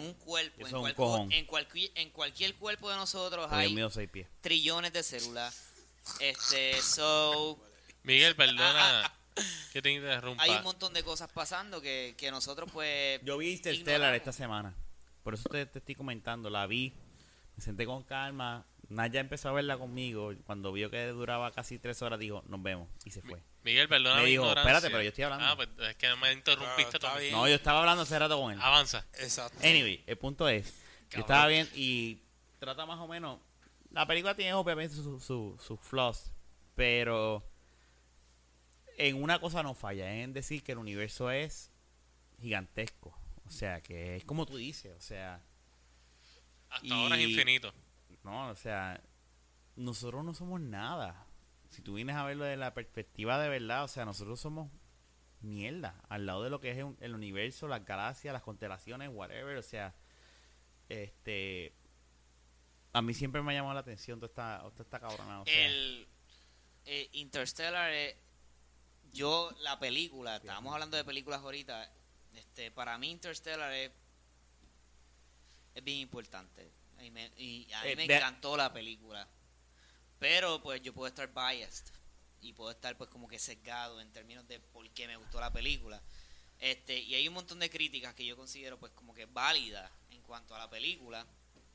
un cuerpo, Eso en, es un cual- cojón. en, cualquier, en cualquier cuerpo de nosotros Dios hay mío, seis pies. trillones de células. Este, so, Miguel, perdona que te interrumpa. hay un montón de cosas pasando que, que nosotros pues Yo vi Interstellar ignoramos. esta semana. Por eso te, te estoy comentando. La vi. Me senté con calma. Naya empezó a verla conmigo. Cuando vio que duraba casi tres horas, dijo, nos vemos. Y se fue. Miguel, perdona Me mi dijo, ignorancia. espérate, pero yo estoy hablando. Ah, pues es que me interrumpiste Claro, está también. bien. No, yo estaba hablando hace rato con él. Avanza. Exacto. Anyway, el punto es, yo Cabrón. estaba bien y trata más o menos, la película tiene obviamente sus su, sus flaws, pero en una cosa no falla, es en decir que el universo es gigantesco, o sea, que es como tú dices, o sea, Hasta Y- ahora es infinito. no, o sea, nosotros no somos nada. Si tú vienes a verlo de la perspectiva de verdad, o sea, nosotros somos mierda al lado de lo que es un- el universo, las galaxias, las constelaciones, whatever, o sea, este a mí siempre me ha llamado la atención toda esta, toda esta cabrona, o sea, el eh, Interstellar eh, yo la película, estábamos hablando de películas ahorita, este para mí Interstellar es, es bien importante y, me, y a mí Eh, me de- encantó la película, pero pues yo puedo estar biased y puedo estar pues como que sesgado en términos de por qué me gustó la película, este y hay un montón de críticas que yo considero pues como que válidas en cuanto a la película,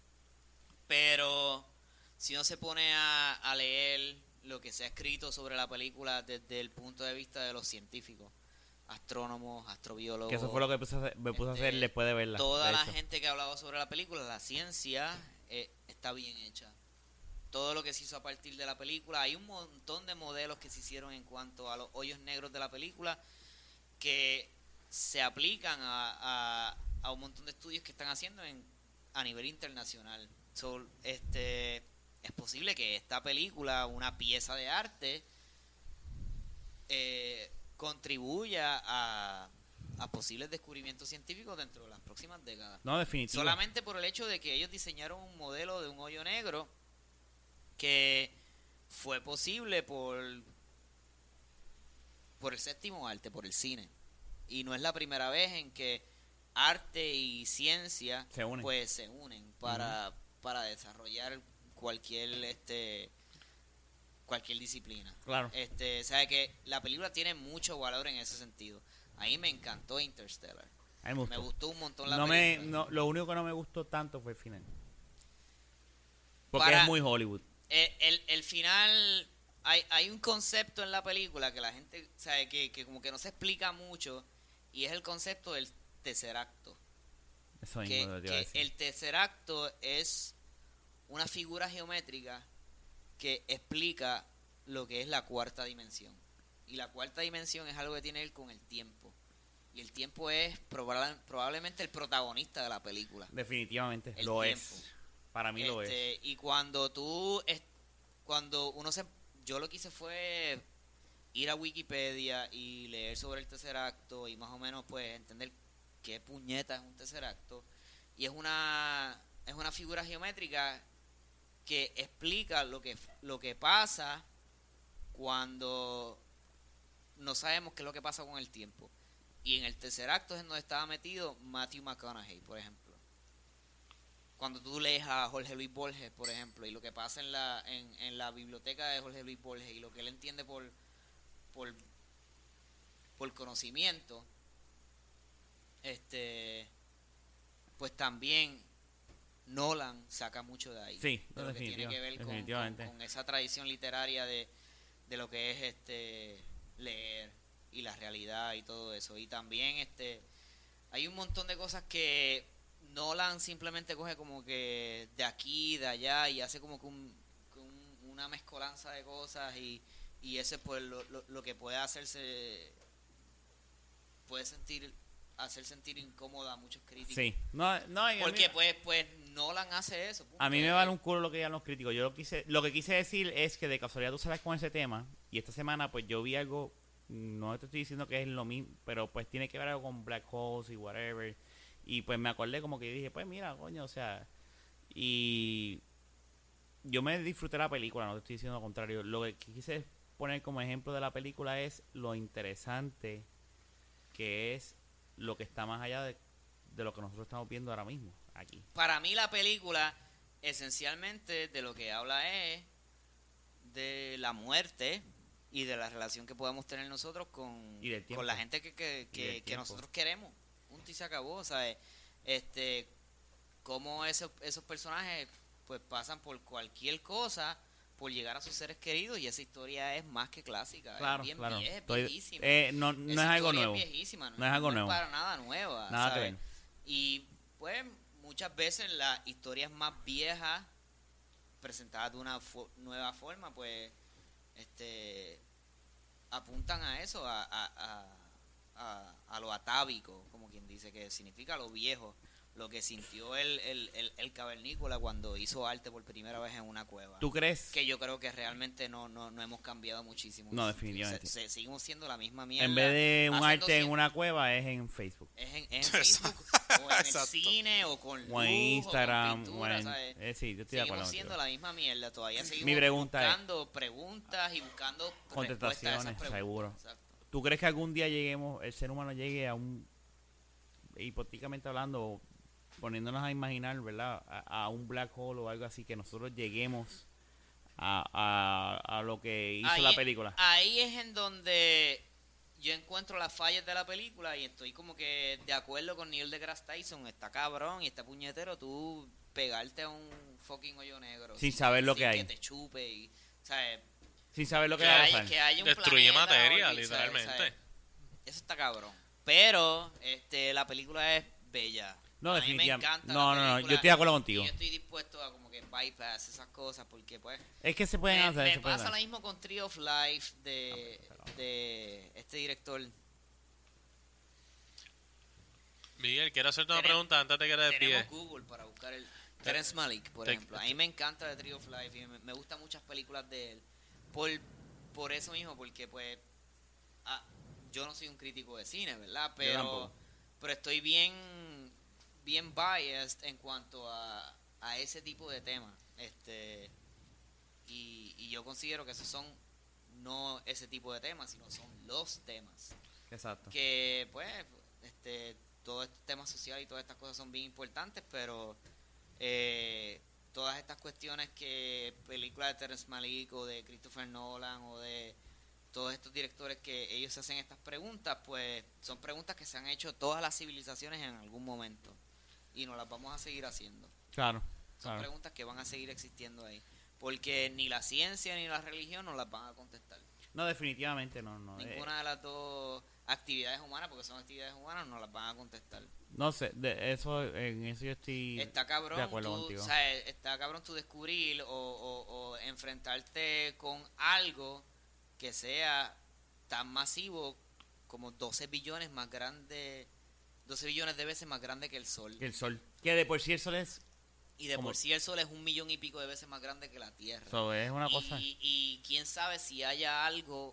pero si uno se pone a, a leer lo que se ha escrito sobre la película desde el punto de vista de los científicos, astrónomos, astrobiólogos, que eso fue lo que puse a hacer, me puse a hacer este, después de verla. toda de la hecho. gente que ha hablado sobre la película, la ciencia eh, está bien hecha. Todo lo que se hizo a partir de la película, hay un montón de modelos que se hicieron en cuanto a los hoyos negros de la película que se aplican a, a, a un montón de estudios que están haciendo en, a nivel internacional. So, este, es posible que esta película, una pieza de arte, eh, contribuya a, a posibles descubrimientos científicos dentro de las próximas décadas. No, definitivamente. Solamente por el hecho de que ellos diseñaron un modelo de un hoyo negro que fue posible por por el séptimo arte, por el cine. Y no es la primera vez en que arte y ciencia Se unen. pues se unen para, para desarrollar cualquier este cualquier disciplina. Claro. Este, sabe que la película tiene mucho valor en ese sentido. A mí me encantó Interstellar. A mí me gustó. Me gustó un montón la no me, película. no, lo único que no me gustó tanto fue el final. Porque Para- es muy Hollywood. Eh, el, el final, hay, hay un concepto en la película que la gente sabe que, que como que no se explica mucho, y es el concepto del tercer acto. Eso mismo Que, lo te iba a que decir. el tercer acto es una figura geométrica que explica lo que es la cuarta dimensión. Y la cuarta dimensión es algo que tiene que ver con el tiempo. Y el tiempo es probable- probablemente el protagonista de la película. Definitivamente, el lo tiempo. es. Para mí lo es. Este, y cuando tú, es- cuando uno se, yo lo que hice fue ir a Wikipedia y leer sobre el tercer acto y más o menos pues entender qué puñeta es un tercer acto. Y es una, es una figura geométrica que explica lo que, lo que pasa cuando no sabemos qué es lo que pasa con el tiempo. Y en el tercer acto es en donde estaba metido Matthew McConaughey, por ejemplo. Cuando tú lees a Jorge Luis Borges, por ejemplo, y lo que pasa en la en, en la biblioteca de Jorge Luis Borges y lo que él entiende por por, por conocimiento, este pues también Nolan saca mucho de ahí. Sí, de lo que tiene definitiva- que ver con, definitivamente. con- con esa tradición literaria de, de lo que es este leer y la realidad y todo eso. Y también este hay un montón de cosas que Nolan simplemente coge como que de aquí, de allá y hace como que un, que un- una mezcolanza de cosas y, y ese pues lo, lo, lo que puede hacerse puede sentir hacer sentir incómoda a muchos críticos. Sí. No, no, y a mí- Porque pues pues Nolan hace eso. punto. A mí me vale un culo lo que digan los críticos. Yo lo quise, lo que quise decir es que de casualidad tú sales con ese tema y esta semana pues yo vi algo, no te estoy diciendo que es lo mismo, pero pues tiene que ver algo con black holes y whatever. Y pues me acordé como que dije, pues mira, coño, o sea, y yo me disfruté la película, no te estoy diciendo lo contrario. Lo que quise poner como ejemplo de la película es lo interesante que es lo que está más allá de, de lo que nosotros estamos viendo ahora mismo aquí. Para mí la película esencialmente de lo que habla es de la muerte y de la relación que podamos tener nosotros con, Y del tiempo. con la gente que, que, Y que, del que tiempo. nosotros queremos. Punto y se acabó, ¿sabes? Este, cómo esos, esos personajes pues pasan por cualquier cosa por llegar a sus seres queridos, y esa historia es más que clásica. Claro, es bien claro. vieja, es Estoy- viejísima. eh, no no es Esa algo historia nuevo. Es viejísima, no, No es algo no nuevo. para nada nueva. Nada que ¿sabes? ver. Y pues muchas veces las historias más viejas presentadas de una fo- nueva forma, pues este apuntan a eso, a, a, a, a, a lo atávico, como quien dice, que significa lo viejo, lo que sintió el, el, el, el cavernícola cuando hizo arte por primera vez en una cueva. ¿Tú crees? Que yo creo que realmente no, no, no hemos cambiado muchísimo. No, definitivamente. Se- se- seguimos siendo la misma mierda. En vez de un haciendo arte en siempre- una cueva, es en Facebook. es en, es en Facebook o en el Exacto. cine o con luz O en Instagram. o con pintura, o en- ¿sabes? eh, sí, yo estoy de acuerdo Seguimos siendo contigo. la misma mierda, todavía seguimos Mi pregunta es- buscando preguntas y buscando respuestas a esas Contestaciones, preguntas. seguro. Exacto. ¿Tú crees que algún día lleguemos, el ser humano llegue a un, hipotéticamente hablando, poniéndonos a imaginar, ¿verdad? A, a un black hole o algo así, que nosotros lleguemos a, a, a lo que hizo Ahí- la película? Ahí es en donde yo encuentro las fallas de la película y estoy como que de acuerdo con Neil deGrasse Tyson. Está cabrón y está puñetero tú pegarte a un fucking hoyo negro. Sin saber lo sin que hay. Que te chupe y, ¿sabes? Sin saber lo que, Que, va a hay, pasar. que haya un Destruye planeta materia, orbi- ¿sabes? literalmente. ¿sabes? Eso está cabrón. Pero este la película es bella. No, A mí me definitivamente. encanta No, la no, no, película yo estoy de acuerdo contigo. y yo estoy dispuesto a como que bypass esas cosas porque pues Es que se pueden me, hacer. me se pueden pasa lo hacer. mismo con Tree of Life de, Ah, pues, de este director. Miguel, quiero hacerte una Tenemos- pregunta antes de que te despides. Tenemos Google para buscar el Terrence Malick, por te- ejemplo. A mí me encanta The Tree of Life y me, me gustan muchas películas de él. Por, por eso mismo, porque pues ah, yo no soy un crítico de cine, ¿verdad? Pero, tampoco. pero estoy bien bien biased en cuanto a, a ese tipo de temas. Este y, y yo considero que esos son no ese tipo de temas, sino son los temas. Exacto. Que pues este todo este tema social y todas estas cosas son bien importantes, pero eh, todas estas cuestiones que películas de Terrence Malick o de Christopher Nolan o de todos estos directores que ellos hacen estas preguntas, pues son preguntas que se han hecho todas las civilizaciones en algún momento y nos las vamos a seguir haciendo. Claro. Son claro. preguntas que van a seguir existiendo ahí, porque ni la ciencia ni la religión nos las van a contestar. No, definitivamente no. no. Eh, Ninguna de las dos actividades humanas, porque son actividades humanas, no las van a contestar. no sé, de eso, en eso yo estoy Está cabrón, de acuerdo tú, contigo. ¿sabes? Está cabrón tú descubrir o, o, o enfrentarte con algo que sea tan masivo como doce billones más grande, doce billones de veces más grande que el Sol. Que el sol. Que de por sí el sol es, Y de como- por sí el Sol es un millón y pico de veces más grande que la Tierra. so, es una cosa y, y quién sabe si haya algo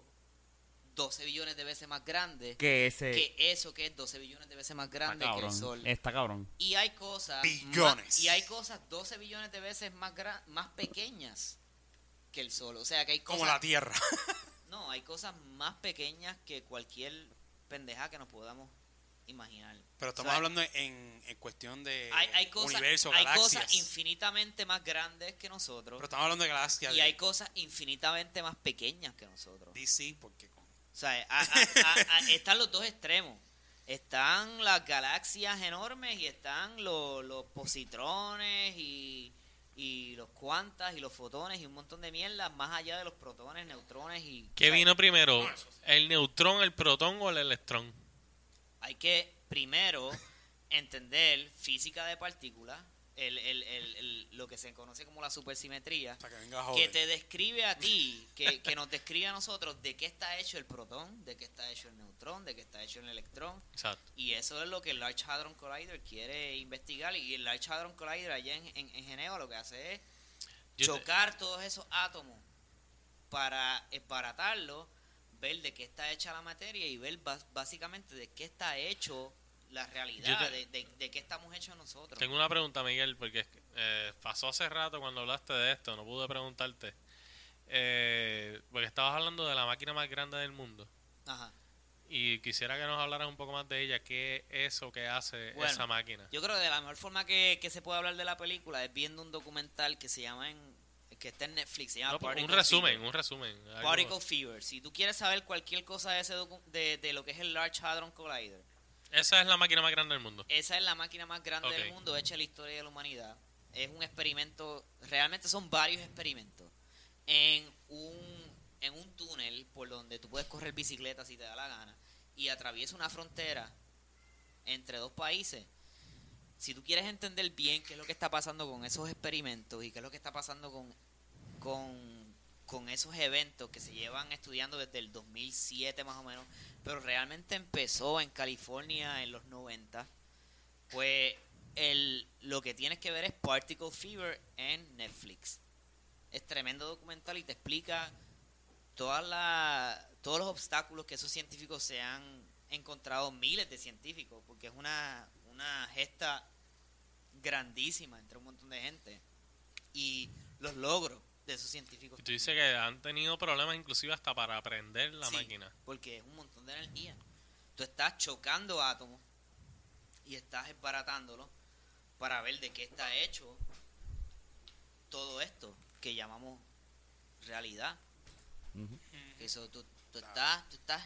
doce billones de veces más grande que ese... que eso que es doce billones de veces más está grande que el cabrón. Sol. Está cabrón. Y hay cosas Billones. más- y hay cosas doce billones de veces más gran, más pequeñas que el Sol. O sea que hay cosas Como la Tierra. no, hay cosas más pequeñas que cualquier pendeja que nos podamos imaginar. Pero estamos O sea, hablando en, en cuestión de hay, hay cosas, universo, hay galaxias. cosas infinitamente más grandes que nosotros Pero estamos hablando de galaxias. y de hay cosas infinitamente más pequeñas que nosotros. D C, porque con- O sea, a- a- a- a- están los dos extremos. Están las galaxias enormes y están los, los positrones y, y los cuantas y los fotones y un montón de mierda más allá de los protones, neutrones y... ¿Qué o sea, vino primero? ¿El neutrón, el protón o el electrón? Hay que primero entender física de partículas, el, el, el, el- lo que se conoce como la supersimetría, para que venga a que joder. te describe a ti, que, que nos describe a nosotros de qué está hecho el protón, de qué está hecho el neutrón, de qué está hecho el electrón. Exacto. Y eso es lo que el Large Hadron Collider quiere investigar. Y el Large Hadron Collider allá en, en, en Ginebra lo que hace es Yo te- chocar todos esos átomos para esbaratarlo, ver de qué está hecha la materia y ver bas- básicamente de qué está hecho la realidad, Yo te- de, de, de qué estamos hechos nosotros. Tengo una pregunta, Miguel, porque eh, pasó hace rato cuando hablaste de esto, no pude preguntarte. Eh, porque estabas hablando de la máquina más grande del mundo. Ajá. Y quisiera que nos hablaras un poco más de ella. ¿Qué es eso que hace Bueno, esa máquina? Yo creo que de la mejor forma que, que se puede hablar de la película es viendo un documental que se llama en, que está en Netflix, se llama No, Particle un resumen, Fever. un resumen. algo- Particle Fever. Si tú quieres saber cualquier cosa de ese docu- de, de lo que es el Large Hadron Collider, Esa es la máquina más grande del mundo. esa es la máquina más grande Ok. del mundo hecha en la historia de la humanidad. Es un experimento, realmente son varios experimentos en un en un túnel por donde tú puedes correr bicicleta si te da la gana y atraviesa una frontera entre dos países. Si tú quieres entender bien qué es lo que está pasando con esos experimentos y qué es lo que está pasando con con, con esos eventos que se llevan estudiando desde el dos mil siete más o menos, pero realmente empezó en California en los noventa, pues el, lo que tienes que ver es Particle Fever en Netflix. Es tremendo documental y te explica todas la, todos los obstáculos que esos científicos se han encontrado, miles de científicos, porque es una, una gesta grandísima entre un montón de gente, y los logros de esos científicos. Y tú dices que han tenido problemas inclusive hasta para aprender la Sí, máquina. porque es un montón de energía. Tú estás chocando átomos y estás esbaratándolo para ver de qué está hecho todo esto que llamamos realidad. Que eso tú, tú estás, tú estás,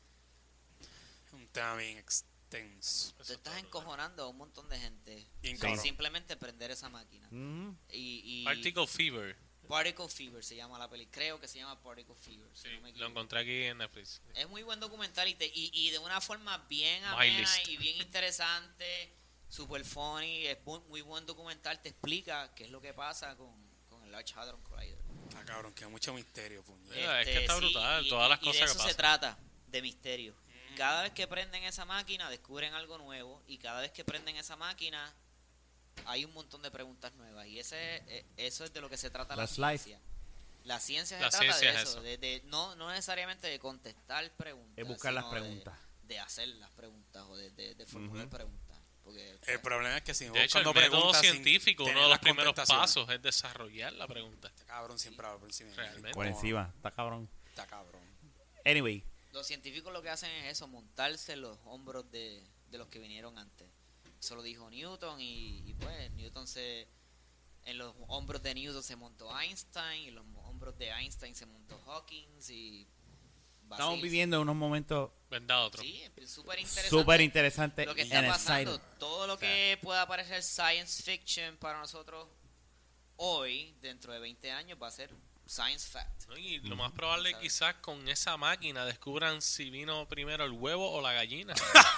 Un tema bien extenso. tú estás encojonando a un montón de gente Bien con cabrón. simplemente prender esa máquina. Mm. Y, y Particle Fever. Particle Fever se llama la peli, creo que se llama Particle Fever, si Sí, no me lo equivoco. encontré aquí en Netflix. Es muy buen documental y, te- y, y de una forma bien My amena list. y bien interesante, super funny, es muy, muy buen documental, te explica qué es lo que pasa con, con el Large Hadron Collider. Está cabrón, que mucho misterio, puñet. Eh, es que está brutal, y, todas las y cosas de que eso se pasan. trata, de misterio. Cada vez que prenden esa máquina descubren algo nuevo y cada vez que prenden esa máquina hay un montón de preguntas nuevas y ese eh, eso es de lo que se trata la That's life. ciencia. La ciencia se La trata ciencia de es eso, eso. de, de- no, no necesariamente de contestar preguntas, Es buscar las sino de- preguntas. De, hacer las preguntas o de, de- de formular Ujú. preguntas. Porque, El problema es que si De hecho, el buscando método preguntas sin científico, tener uno de los las primeros contestaciones. pasos es desarrollar la pregunta. Este cabrón siempre habla por encima. Realmente. Por encima, está cabrón. Está cabrón. Anyway, los científicos lo que hacen es eso, montarse en los hombros de, de los que vinieron antes. Eso lo dijo Newton y, y pues Newton se... En los hombros de Newton se montó Einstein y en los hombros de Einstein se montó Hawking y... va estamos así. viviendo unos momentos ¿Verdad? Otro. Sí, es súper interesante. súper interesantes Lo que en está el pasando, site. todo lo que pueda parecer science fiction para nosotros hoy, dentro de veinte años, va a ser science fact. ¿No? Y lo más probable es ¿Sabes? quizás con esa máquina descubran si vino primero el huevo o la gallina.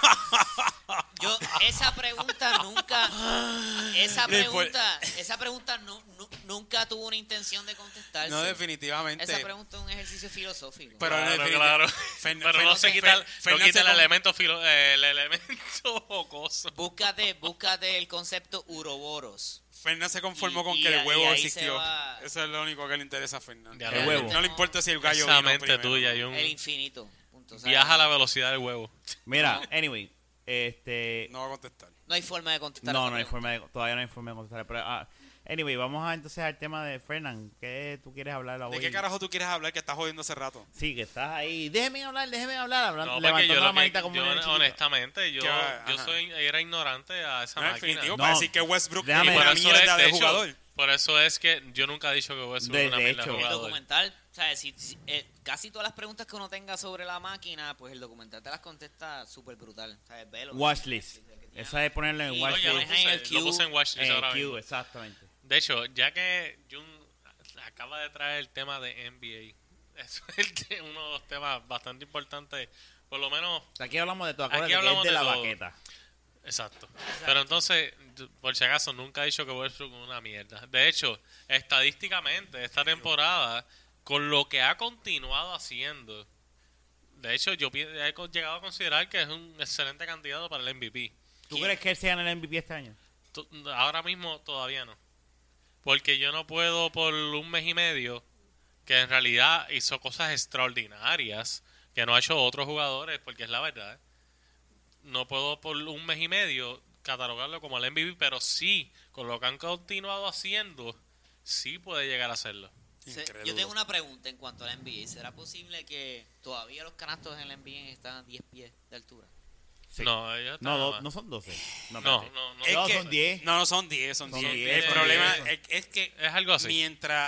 Yo, esa pregunta nunca, esa Le fue- pregunta, esa pregunta nu- nu- nunca tuvo una intención de contestarse. No, definitivamente. Esa pregunta es un ejercicio filosófico. Pero Claro, definitiv- claro. Fern- Pero no Fern- se Fer- quita, el- no Fernan quita se el con- elemento filo, eh, el elemento jocoso. Búscate, búscate el concepto uroboros. Fernan se conformó Y- con y que a- el huevo y ahí se existió. va- Eso es lo único que le interesa a Fernan. Ya El lo- huevo. No le importa si el gallo Esa vino mente primero. tuya y un El infinito. Punto. O sea, viaja a la velocidad del huevo. Mira, anyway, este... No va a contestar. No hay forma de contestar. No, esa no hay pregunta. forma de, todavía no hay forma de contestar. Pero, ah, anyway, vamos a entonces al tema de Fernan. ¿Qué tú quieres hablar hoy? ¿De qué carajo tú quieres hablar que estás jodiendo hace rato? Sí, que estás ahí. Déjeme hablar, déjeme hablar. Hablando, No, porque levantando yo, la lo que- manita como yo, un nene chiquito. honestamente, yo, Que va- yo ajá. soy era ignorante a esa No, en máquina. definitivo, No, para decir que Westbrook déjame- es por una eso mierda es, de, de hecho, jugador. por eso es que yo nunca he dicho que Westbrook De- es una de mierda hecho. de El jugador. documental, o sea, si, si- eh, casi todas las preguntas que uno tenga sobre la máquina, pues el documental te las contesta súper brutal. O sea, velo. Watchlist. Esa es ponerlo en Y- No, ya lo Watchlist. watchlist. en el puse, lo queue, puse en watchlist En ahora Q, mismo. exactamente. De hecho, ya que Jun acaba de traer el tema de N B A, eso es el te- uno de los temas bastante importantes, por lo menos, Aquí hablamos de todo. Aquí Acuérdate que hablamos es de, de la todo. baqueta. exacto. Pero entonces, por si acaso, nunca he dicho que Westbrook es una mierda. De hecho, estadísticamente, esta temporada, con lo que ha continuado haciendo, de hecho, yo pi- he co- llegado a considerar que es un excelente candidato para el M V P. ¿Tú ¿Quién? crees que él se gana el M V P este año? Tu- Ahora mismo todavía no. Porque yo no puedo por un mes y medio, que en realidad hizo cosas extraordinarias que no ha hecho otros jugadores, porque es la verdad. No puedo por un mes y medio catalogarlo como el M V P, pero sí, con lo que han continuado haciendo, sí puede llegar a hacerlo. Se- Incrédulo. yo tengo una pregunta en cuanto a la N B A. ¿Será posible que todavía los canastos en la N B A están a diez pies de altura? Sí. No, ella está No, no, más. no son doce. No, no, espérate. no, no. Es No, que- son diez. No, no, son diez, son Son diez. diez, El son problema diez. es, es que Es algo así. mientras...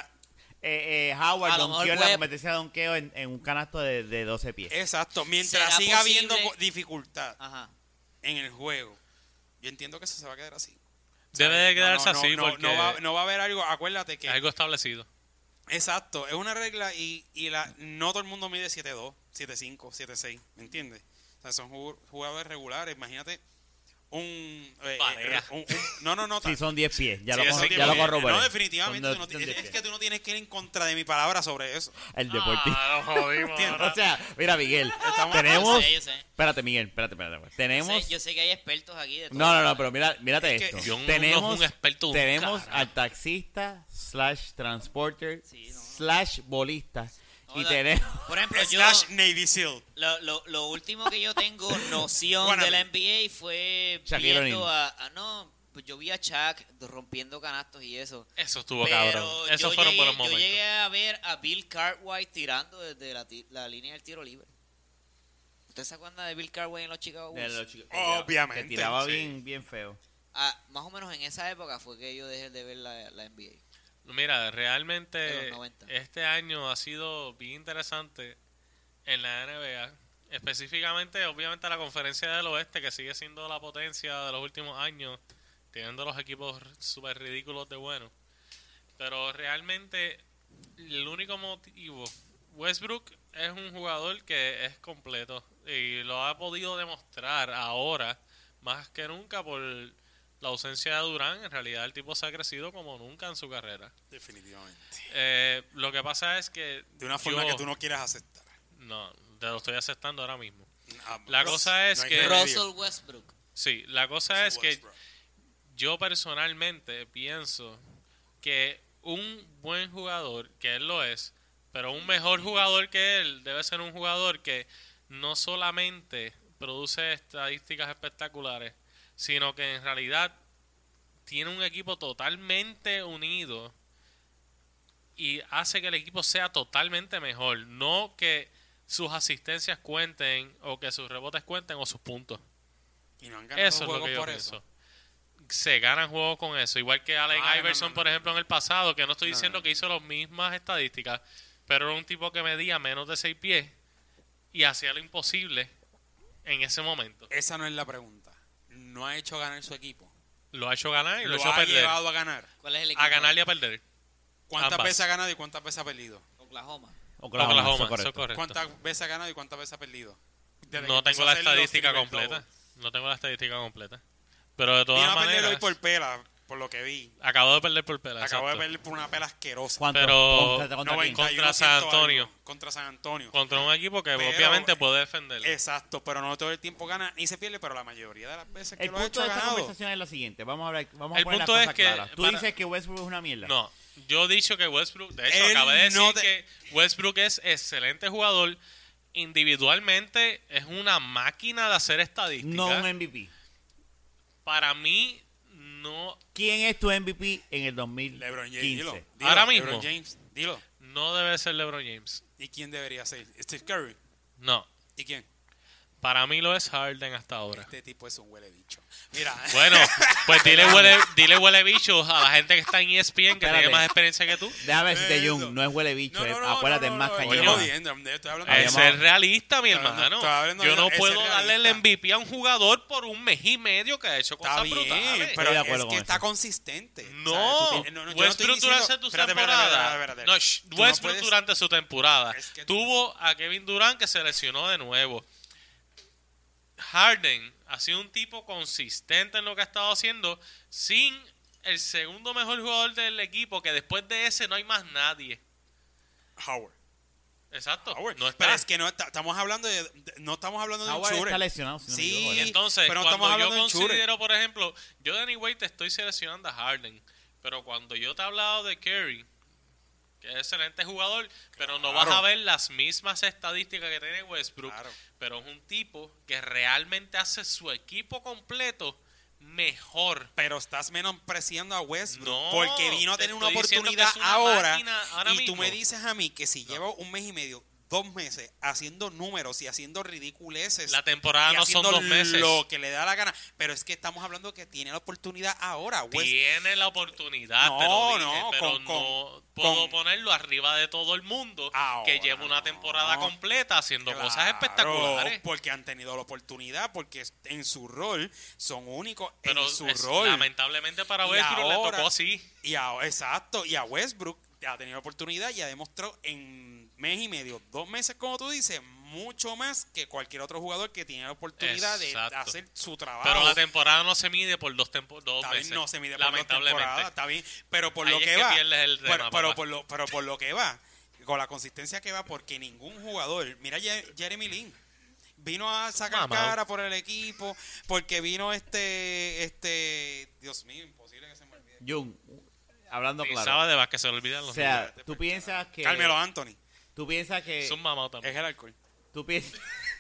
Eh, eh, Howard A lo mejor donkeó en la puede- competencia de donkeo en, en un canasto de, de doce pies. Exacto, mientras ¿Será siga posible? habiendo co- dificultad Ajá. en el juego, yo entiendo que eso se va a quedar así. Debe ¿Sabes? de quedarse No, no, así no, porque no va, no va a haber algo, acuérdate que... algo establecido. Exacto, es una regla y, y la, no todo el mundo mide siete dos, siete cinco, siete seis, ¿me entiendes? O sea, son ju- jugadores regulares, imagínate un... eh, Pareja. eh, un- un- no, no, no. Sí, son diez pies. Ya Sí, lo, son corro- diez ya lo pies. corroboré. No, definitivamente, Son tú no do- ti- son es, diez es pies. que tú no tienes que ir en contra de mi palabra sobre eso. El deportivo. Ah, lo jodimos. ¿Entiendes? ahora. O sea, mira, Miguel, Estamos- tenemos... Yo sé, yo sé. Espérate, Miguel, espérate, espérate. espérate. Yo Tenemos... sé, yo sé que hay expertos aquí de todo. No, no, no, pero mira, mírate Es que esto. yo no- tenemos no es un experto de un tenemos carajo. al taxista slash transporter Sí, no, no. slash bolista y Hola. tenemos... Por ejemplo, yo... Slash Navy SEAL. Lo, lo, lo último que yo tengo noción Bueno, de la N B A fue Shaquille viendo O'Neal. a, a- no, pues yo vi a Shaq rompiendo canastos y eso. Eso estuvo Pero cabrón. Esos yo fueron llegué, buenos yo momentos. llegué a ver a Bill Cartwright tirando desde la, ti- la línea del tiro libre. ¿Usted se acuerda de Bill Cartwright en los Chicago de Bulls? los chicos- que Obviamente, Que tiraba sí. bien, bien feo. Ah, más o menos en esa época fue que yo dejé de ver la, la N B A. Mira, De realmente los noventa. este año ha sido bien interesante en la N B A. Específicamente, obviamente, la conferencia del oeste, que sigue siendo la potencia de los últimos años, teniendo los equipos súper ridículos de buenos. Pero realmente, el único motivo, Westbrook es un jugador que es completo y lo ha podido demostrar ahora más que nunca por la ausencia de Durán. En realidad, el tipo se ha crecido como nunca en su carrera. Definitivamente. Eh, lo que pasa es que De una forma yo- que tú no quieras aceptar. no, te lo estoy aceptando ahora mismo. Ah, La no, cosa es no hay que- remedio. Russell Westbrook. Sí, la cosa Russell es que Westbrook. yo personalmente pienso que un buen jugador, que él lo es, pero un mejor jugador que él debe ser un jugador que no solamente produce estadísticas espectaculares, sino que en realidad tiene un equipo totalmente unido y hace que el equipo sea totalmente mejor, no que sus asistencias cuenten o que sus rebotes cuenten o sus puntos. Y no han ganado Eso es lo juegos que yo por pienso. eso. Se ganan juegos con eso. Igual que Allen Ah, no, Iverson, no, no, por no. ejemplo, en el pasado, que no estoy No, diciendo no. que hizo las mismas estadísticas, pero era un tipo que medía menos de seis pies y hacía lo imposible en ese momento. Esa no es la pregunta. No ha hecho ganar su equipo. Lo ha hecho ganar y lo, Lo ha hecho ha perder. llevado a ganar. ¿Cuál es el equipo? A ganar y a perder. ¿Cuántas Ambas. veces ha ganado y cuántas veces ha perdido? Oklahoma. Oklahoma, Oklahoma, eso eso es correcto. es correcto. ¿Cuántas veces ha ganado y cuántas veces ha perdido? Desde que No empezó tengo a la hacer los estadística triple completa. doubles. No tengo la estadística completa. Pero de Vino todas a perder hoy maneras, por pela, por lo que vi. acabo de perder por pela. Acabo de exacto. perder por una pela asquerosa. ¿Cuánto? Pero- ¿Contra, contra quién? noventa y uno Contra San ciento Antonio. algo. Contra San Antonio. Contra un equipo que Pero- obviamente puede defender. Exacto, pero no todo el tiempo gana ni se pierde, pero la mayoría de las veces que El lo ha punto hecho de ha esta ganado. conversación es lo siguiente. Vamos a, hablar, vamos a El poner las punto es cosas que claras. Tú para- dices que Westbrook es una mierda. No, yo he dicho que Westbrook, de hecho, Él acabé de decir no te- que Westbrook es excelente jugador. Individualmente es una máquina de hacer estadísticas. No un M V P. Para mí, no, ¿Quién es tu M V P en el dos mil quince? LeBron James, dilo, dilo, Ahora LeBron mismo. James, dilo. no debe ser LeBron James. ¿Y quién debería ser? Steve Curry. No, ¿Y quién? para mí lo es Harden hasta ahora. Este tipo es un huele bicho. Mira. Bueno, pues dile huele, dile huele bichos a la gente que está en E S P N que Espérate. tiene más experiencia que tú. Déjame decirte, Eso. Jun, no es huele bicho. No, es- no, no, acuérdate, no, es más no, cañón. estoy jodiendo, estoy hablando Es Habíamos- ser realista, mi Estoy hablando- hermano. estoy hablando Yo de- no es puedo ser darle el realista. M V P a un jugador por un mes y medio que ha hecho Está cosas bien, brutales. pero de es acuerdo que con está eso. consistente. No, ¿sabes? Tú tienes- no, no, yo no estoy Westbrook diciendo- durante su Espérate, espérate, temporada. espérate, espérate, No, espérate. shh, Tú no Westbrook puedes- durante su temporada Es que- tuvo a Kevin Durant que se lesionó de nuevo. Harden ha sido un tipo consistente en lo que ha estado haciendo sin el segundo mejor jugador del equipo, que después de ese no hay más nadie. Howard. Exacto. Howard. No está. Pero es que no está- estamos hablando de, de- no estamos hablando de un Howard shooter. está lesionado. si no me Sí, equivoco, Y ¿verdad? entonces, pero no estamos cuando yo hablando de un shooter. considero, por ejemplo, yo de Anyway te estoy seleccionando a Harden, pero cuando yo te he hablado de Curry, que es excelente jugador, pero no Claro. vas a ver las mismas estadísticas que tiene Westbrook, Claro. pero es un tipo que realmente hace su equipo completo, mejor. Pero estás menospreciando a Westbrook No, porque vino a te tener una estoy diciendo que oportunidad es una ahora, máquina ahora y tú mismo. me dices a mí que si lleva un mes y medio, dos meses haciendo números y haciendo ridiculeces La temporada y no son haciendo dos meses. lo que le da la gana, pero es que estamos hablando que tiene la oportunidad ahora. West- Tiene la oportunidad, No, te lo dije, no, pero con- no con- puedo con- ponerlo arriba de todo el mundo Ahora que lleva una no. temporada completa haciendo cosas Claro, espectaculares. porque han tenido la oportunidad, porque en su rol son únicos Pero en su es- rol. lamentablemente para Y Westbrook le ahora- tocó así. Y a, exacto, y a Westbrook ha tenido oportunidad y ha demostrado en mes y medio, dos meses, como tú dices, mucho más que cualquier otro jugador que tiene la oportunidad Exacto. de hacer su trabajo. Pero la temporada no se mide por dos, tempo- dos Está bien, meses. no se mide por dos lamentablemente. temporadas, está bien, pero por Ahí lo es que, que va, pierdes el pero, tema, pero papá. por lo, pero por lo que va, con la consistencia que va, porque ningún jugador, mira Ye- Jeremy Lin, vino a sacar Mamao. cara por el equipo, porque vino este, este, Dios mío, imposible que se me olvide. Jun, hablando Sí, claro. sabe de más que se le olvidan O los sea, nombres. tú piensas que... Carmelo Anthony, Tú piensas que... Es un mamado también. es el alcohol. Tú piensas...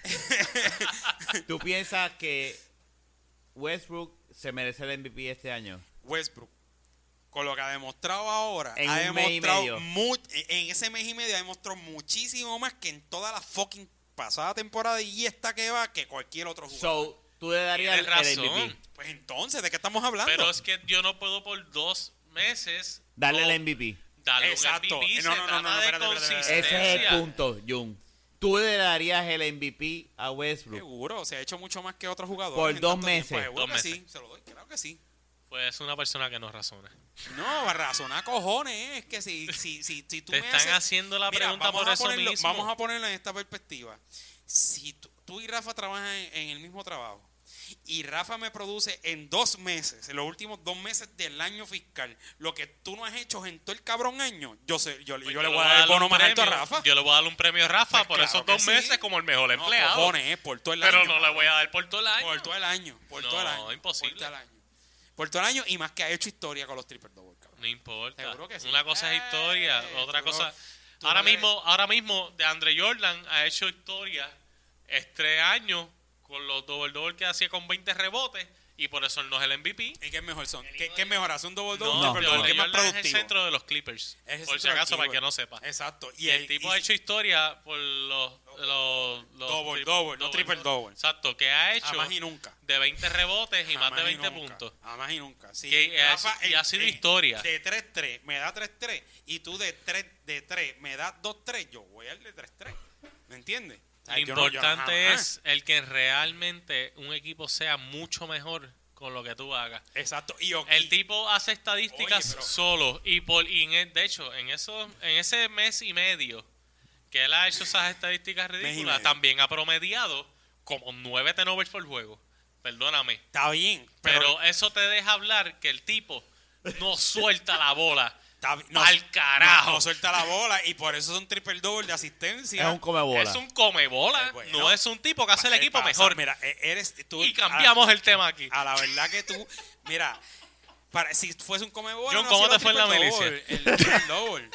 tú piensas que Westbrook se merece el M V P este año. Westbrook, con lo que ha demostrado ahora, En ha un mes y demostrado medio. mu- en ese mes y medio ha demostrado muchísimo más que en toda la fucking pasada temporada y esta que va que cualquier otro jugador. So, tú le darías el, Tienes el M V P. razón. Pues entonces, ¿de qué estamos hablando? Pero es que yo no puedo por dos meses Darle no el M V P. darle Exacto. un M V P. No, Se no, no, trata no, de espérate, espérate, espérate. Ese es el consistencia. punto, Jun. Tú le darías el M V P a Westbrook. Seguro, se ha hecho mucho más que otros jugadores. Por en dos tanto tiempo. meses. Seguro Dos que meses. sí, se lo doy, claro que sí. Pues es una persona que no razona. No, razona cojones, eh, es que si, si, si, si tú Te me están haces- haciendo la Mira, pregunta vamos por a eso ponerlo- mismo. Vamos a ponerlo en esta perspectiva. Si tú, tú y Rafa trabajan en, en el mismo trabajo y Rafa me produce en dos meses, en los últimos dos meses del año fiscal, lo que tú no has hecho en todo el cabrón año, yo sé, yo, Pues yo le voy a dar el bono un más alto a premio. Rafa. Yo le voy a dar un premio a Rafa Pues por claro esos que dos sí. meses como el mejor No, empleado. cojones, eh, por todo el pero año. no le voy a dar por todo el año. Por todo el año, por todo el No, año. imposible. Por todo el año. Por todo el año y más que ha hecho historia con los triple double, cabrón. No importa. Seguro que sí. Una cosa es historia, Eh, otra tú no- cosa. tú Ahora no le- mismo, ahora mismo, de Andre Jordan ha hecho historia este año con los double double que hacía con veinte rebotes y por eso él no es el M V P. ¿Y qué es mejor son? ¿Qué, qué es mejor? ¿Hacer un double double? No, triple Jordan double? ¿Qué es más Jordan es el productivo? centro de los Clippers. Es el Por si centro acaso, para activo. que no sepa. Exacto. Y el tipo y- ha hecho historia por los, los, los Double, tri- double, no triple double. Exacto, que ha hecho a más y nunca. de veinte rebotes y Jamás más de veinte nunca. puntos. A más y nunca. Sí. Que es- y ha sido historia. De tres tres me da tres tres y tú de tres de tres me das dos tres, yo voy al de tres tres. ¿Me entiendes? O sea, Lo yo no- yo no importante jamás. es el que realmente un equipo sea mucho mejor con lo que tú hagas. Exacto. Y, ok, El tipo hace estadísticas Oye, pero- solo y por y en el- de hecho en eso en ese mes y medio que él ha hecho esas estadísticas y ridículas medio. también ha promediado como nueve turnovers por juego. Perdóname, está bien, pero, pero eso te deja hablar que el tipo no suelta la bola. está bi- no, al carajo. No, no suelta la bola y por eso son triple double de asistencia. Es un come bola. Es un come bola, Eh, bueno. no es un tipo que hace el Eh, equipo pasa, mejor. Mira, eh, eres tú. Y cambiamos el tema aquí. A, a la verdad que tú, mira, para, si fuese un come bola, John, no ¿cómo hacía te fue en la triple milicia? double, El triple double.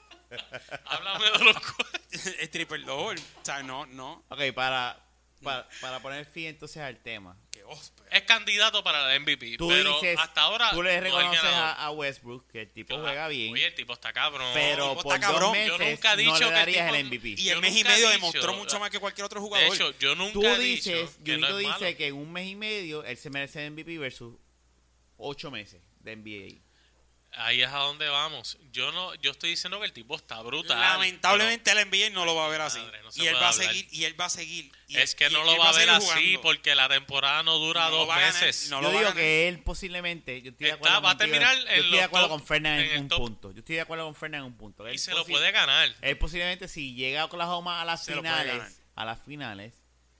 Háblame de los cu- El triple double. O sea, no, no. Ok, para, para, para poner fin entonces al tema. Qué hóspede. Es candidato para el M V P, Tú pero dices, hasta ahora tú le no hay reconoces ganador. a, a Westbrook que el tipo Yo- juega bien, Oye, el tipo está cabrón. pero tipo por está dos cabrón. meses Yo nunca he dicho no que le el darías tipo- el M V P. Y Yo el mes y nunca he medio dicho- demostró mucho más que cualquier otro de jugador. hecho, yo nunca Tú he dices, dicho que Junito no es malo. dice que en un mes y medio él se merece el M V P versus ocho meses de N B A. Ahí es a donde vamos. Yo no, yo estoy diciendo que el tipo está brutal. Lamentablemente el N B A no lo va a ver así. Madre, no se y él puede va a hablar. seguir, y él va a seguir. y pero es él- que y no él lo va a ver seguir así jugando. porque la temporada no dura No lo dos va a ganar, meses. no lo Yo va a digo ganar. que él posiblemente, yo estoy de Está- acuerdo va a contigo, terminar yo en estoy los de acuerdo top- con Fernan en en el un top. punto. Yo estoy de acuerdo con Fernan en un punto. Y Él se lo posi- puede ganar. Él posiblemente si llega a Oklahoma a las Se lo puede ganar. finales, a las finales,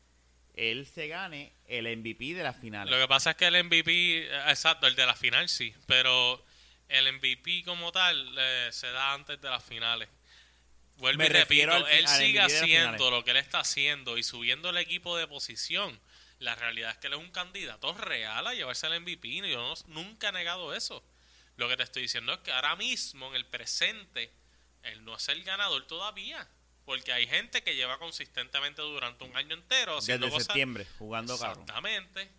él se gane el M V P de las finales. Lo que pasa es que el M V P, eh, exacto, el de la final sí, pero el M V P como tal eh, se da antes de las finales. Vuelvo Me y refiero repito, al fi- él al sigue M V P de las haciendo finales. lo que él está haciendo y subiendo el equipo de posición. La realidad es que él es un candidato real a llevarse el M V P. y Yo no- nunca he negado eso. Lo que te estoy diciendo es que ahora mismo, en el presente, él no es el ganador todavía. Porque hay gente que lleva consistentemente durante un año entero haciendo Desde cosas. septiembre, jugando cabrón. Exactamente.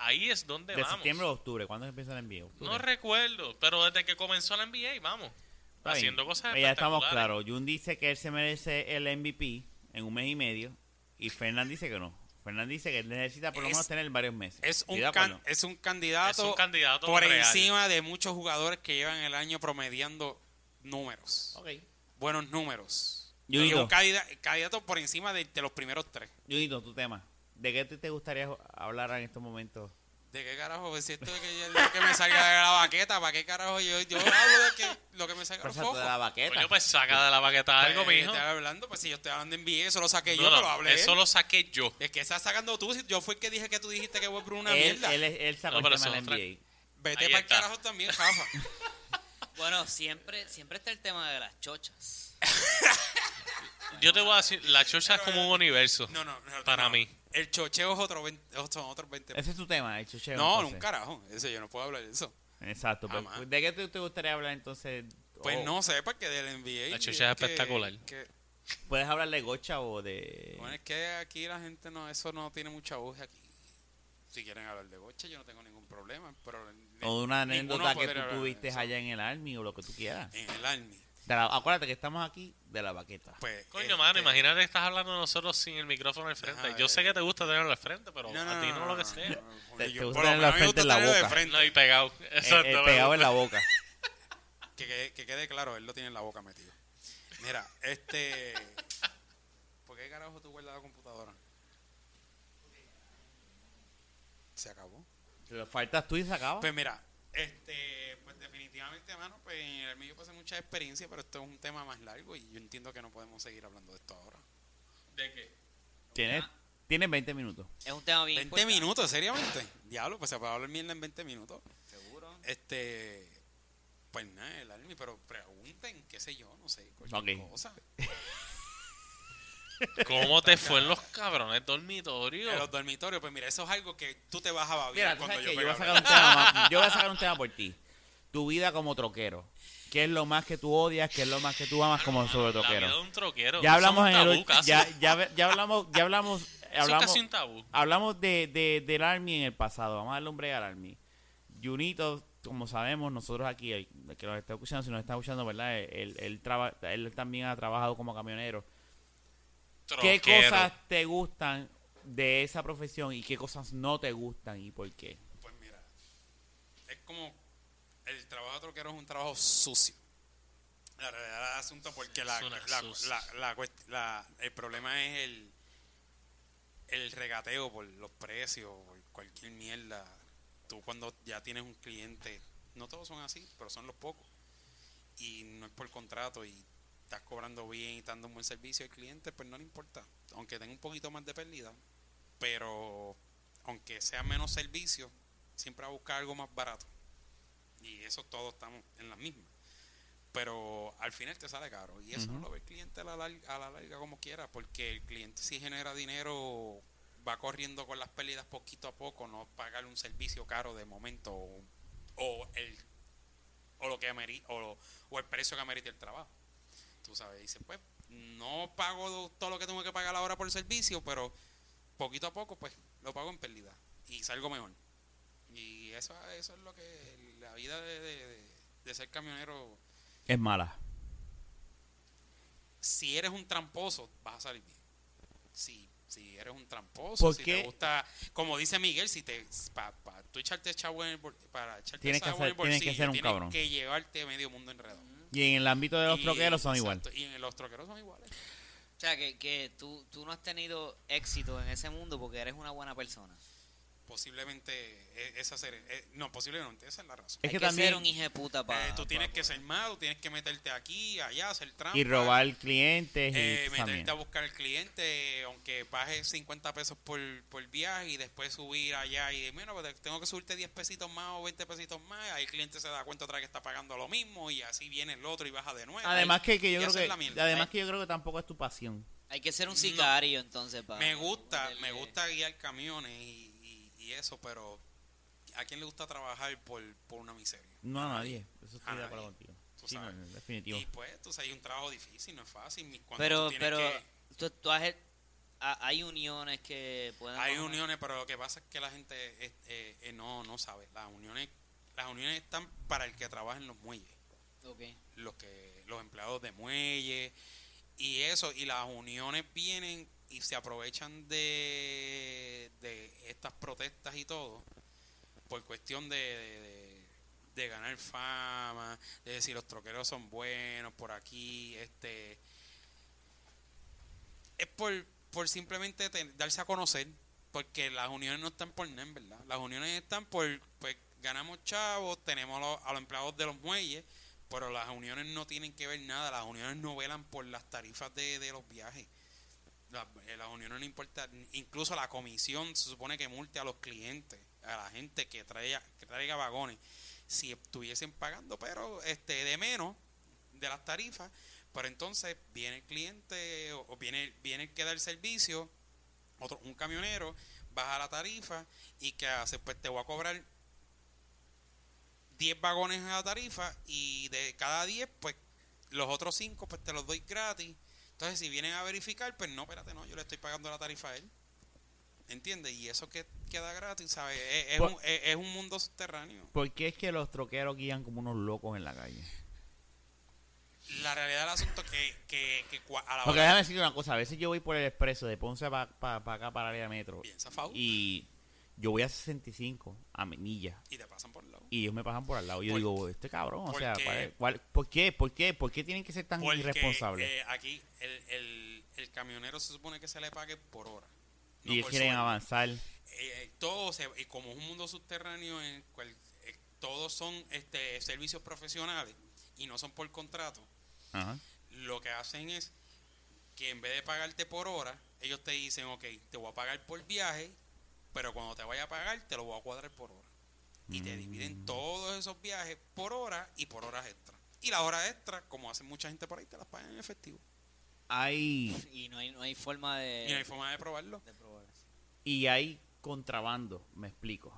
ahí es donde De vamos. septiembre a octubre. ¿Cuándo empieza el N B A? ¿Octubre? No recuerdo, pero desde que comenzó la N B A, vamos. Está bien. Haciendo cosas Ya estamos espectaculares. claros. Jun dice que él se merece el M V P en un mes y medio. Y Fernán dice que no. Fernán dice que él necesita por lo Es- menos tener varios meses. Es un, Estoy de can- acuerdo. es un candidato, Es un candidato por real. encima de muchos jugadores que llevan el año promediando números. Ok. Buenos números. Junito. Y un candida- candidato por encima de, de los primeros tres. Junito, tu tema. ¿De qué te, te gustaría hablar en estos momentos? ¿De qué carajo? Pues si esto es que, yo- que me salga de la baqueta, ¿para qué carajo? Yo, yo hablo de que lo que me salga Por los ejemplo, de la fofos. baqueta. Coño, pues saca de la baqueta algo, Pues, mijo. estoy hablando, pues si yo estoy hablando en V A, eso lo saqué yo, No, no, pero hablé. eso lo saqué yo. Es que estás sacando tú, si yo fui el que dije que tú dijiste que voy por una él, mierda. él, él sacó No, el pero tema eso de la es N B Vete Ahí para el está. carajo también, Rafa. Bueno, siempre, siempre está el tema de las chochas. Yo te voy a decir, la chocha es como un universo. No, no, no, Para no. mí. El chocheo es otro veinte, son otros veinte. A. Ese es tu tema, el chucheo. no, entonces. un carajo. Ese yo no puedo hablar de eso. Exacto. pues, Jamás. ¿de qué te, te gustaría hablar entonces? Pues O no sé, porque del N B A. La chucha es que- espectacular. que- ¿Puedes hablar de gocha o de...? bueno, es que aquí la gente no, eso no tiene mucha voz aquí. Si quieren hablar de gocha, yo no tengo ningún problema. Pero o de una ninguno anécdota que podría tú hablar de tuviste eso. allá en el Army o lo que tú quieras. En el Army. De la- acuérdate que estamos aquí de la baqueta. Pues, Coño, este, mano, imagínate que estás hablando de nosotros sin el micrófono al frente. Ajá, Yo sé eh. que te gusta tenerlo al frente, pero No, no, a ti no, no, no, lo que no, sea. no, Te- no, te yo- gusta por lo tenerlo al menos a mí me frente en gusta la tenerlo de boca. frente. No, y pegado. Eh, Exacto. eh, me pegado en gusta. la boca. Que, quede- que quede claro, él lo tiene en la boca metido. Mira, este... ¿Por qué carajo tú guardas la computadora? Se acabó. Te faltas tú y se acaba. Pues mira, este, pues definitivamente, mano, pues en el mío pasé mucha experiencia, pero esto es un tema más largo y yo entiendo que no podemos seguir hablando de esto ahora. ¿De qué? Tienes, tienes veinte minutos. Es un tema bien veinte importante. minutos, seriamente. Diablo, pues se puede hablar mierda en veinte minutos. Seguro. Este, pues nada, el Army, pero pregunten, qué sé yo, no sé, cualquier Ok. cosa. ¿Cómo te fue en los cabrones dormitorios? En los dormitorios, pues mira, eso es algo que tú te vas a babiar Mira, tú cuando sabes yo que yo me voy a hable. sacar un tema más- yo voy a sacar un tema por ti. Tu vida como troquero. ¿Qué es lo más que tú odias? ¿Qué es lo más que tú amas como sobre La vida troquero? de un troquero. Ya hablamos en Eso es un el tabú, ul- casi. ya, ya, ya hablamos ya hablamos Eso es hablamos casi un tabú. hablamos de, de del Army en el pasado. Vamos a darle un break al Army. Junito, como sabemos, nosotros aquí, el que nos está escuchando, si nos está escuchando, ¿verdad? Él, él, traba- él también ha trabajado como camionero. ¿Qué Troquero. cosas te gustan de esa profesión y qué cosas no te gustan y por qué? Pues mira, es como el trabajo de troquero es un trabajo sucio. La realidad del asunto porque la, Suena la, sucio. la, la cuest- la- el problema es el el regateo por los precios, por cualquier mierda. Tú cuando ya tienes un cliente, no todos son así, pero son los pocos. Y no es por contrato y estás cobrando bien y estás dando un buen servicio al cliente, pues no le importa. Aunque tenga un poquito más de pérdida, pero aunque sea menos servicio, siempre va a buscar algo más barato. Y eso todos estamos en las mismas. Pero al final te sale caro. Y eso Ujú. no lo ve el cliente a la, larga, a la larga como quiera, porque el cliente si genera dinero va corriendo con las pérdidas poquito a poco, no pagar un servicio caro de momento o, o el o lo que ameri- o, lo- o el precio que amerite el trabajo. Tú sabes, dice, pues no pago todo lo que tengo que pagar ahora por el servicio, pero poquito a poco pues lo pago en pérdida y salgo mejor. Y eso, eso es lo que la vida de, de, de- de ser camionero, Es mala. si eres un tramposo vas a salir bien. Si, si eres un tramposo, ¿Por si qué? te gusta, como dice Miguel, si te pa, pa, tú echarte chavo en el bol- para echarte Tienes que chavo en el ser- tienes que bolsillo, ser un tienes cabrón. que llevarte medio mundo enredado. Y en el ámbito de los Y- troqueros son igual. exacto, y en los troqueros son iguales. O sea, que, que tú, tú no has tenido éxito en ese mundo porque eres una buena persona. Posiblemente eh, esa ser, eh, no, posiblemente esa es la razón. Es Hay que que, también- ser un hijo de puta para... Eh, tú tienes que ser malo, tienes que meterte aquí, allá, hacer trampa. Y robar clientes eh, y meterte también. a buscar al cliente, aunque pagues cincuenta pesos por, por viaje y después subir allá y, bueno, pues tengo que subirte diez pesitos más o veinte pesitos más, ahí el cliente se da cuenta otra vez que está pagando lo mismo y así viene el otro y baja de nuevo. Además que, que yo Y creo esa es que la mierda. además que yo creo que tampoco es tu pasión. Hay que ser un sicario entonces para... Me gusta, me meterle- gusta guiar camiones y, y, y eso, pero ¿a quién le gusta trabajar por, por una miseria? No, a nadie. Eso estoy A de acuerdo nadie. contigo. Tú Sí, no, sabes. en definitivo. Y pues, tú sabes, hay un trabajo difícil, no es fácil. ni cuando Pero, tú tienes pero que- tú, tú has, a- hay uniones que pueden... Hay bajar. uniones, pero lo que pasa es que la gente eh, eh, eh, no, no sabe. Las uniones, las uniones están para el que trabaja en los muelles. Ok. Los que los empleados de muelle y eso, y las uniones vienen y se aprovechan de, de estas protestas y todo por cuestión de, de, de- de ganar fama, de decir los troqueros son buenos por aquí, este es por, por simplemente ten- darse a conocer, porque las uniones no están por nada, en verdad. Las uniones están por, pues ganamos chavos, tenemos a los, a los empleados de los muelles, pero las uniones no tienen que ver nada, las uniones no velan por las tarifas de, de los viajes. La- eh, Las uniones no importa, incluso la comisión se supone que multe a los clientes, a la gente que traiga, que traiga vagones, si estuviesen pagando, pero este de menos de las tarifas, pero entonces viene el cliente o, o viene, viene el que da el servicio, otro, un camionero, baja la tarifa y que hace, pues te voy a cobrar diez vagones a la tarifa y de cada diez, pues los otros cinco pues te los doy gratis. Entonces si vienen a verificar, pues no, espérate, no, yo le estoy pagando la tarifa a él. ¿Entiendes? Y eso que queda gratis, ¿sabes? Es, es Por- un, es, es un mundo subterráneo. ¿Por qué es que los troqueros guían como unos locos en la calle? La realidad del asunto que, que, que cua- a la Porque hora déjame decirte una cosa, a veces yo voy por el expreso de Ponce para pa, pa acá, para el área metro, bien zafado y yo voy a sesenta y cinco a mi millas, y te pasan por el lado. y ellos me pasan por al lado. Yo Por- digo, este cabrón, o sea, porque- ¿cuál es- cuál- ¿por qué? ¿Por qué? ¿Por qué tienen que ser tan Porque irresponsables? eh, aquí el, el, el camionero se supone que se le pague por hora. no y ellos por quieren sueldo. avanzar. Eh, todo se, y como es un mundo subterráneo en el cual eh, todos son este servicios profesionales y no son por contrato, Ajá. lo que hacen es que en vez de pagarte por hora, ellos te dicen, ok, te voy a pagar por viaje, pero cuando te vaya a pagar te lo voy a cuadrar por hora. Y te dividen todos esos viajes por hora y por horas extra. Y las horas extra, como hace mucha gente por ahí, te las pagan en efectivo. Hay, Y no hay, no hay forma de, Y no hay forma de probarlo. de probar eso. y hay contrabando, me explico.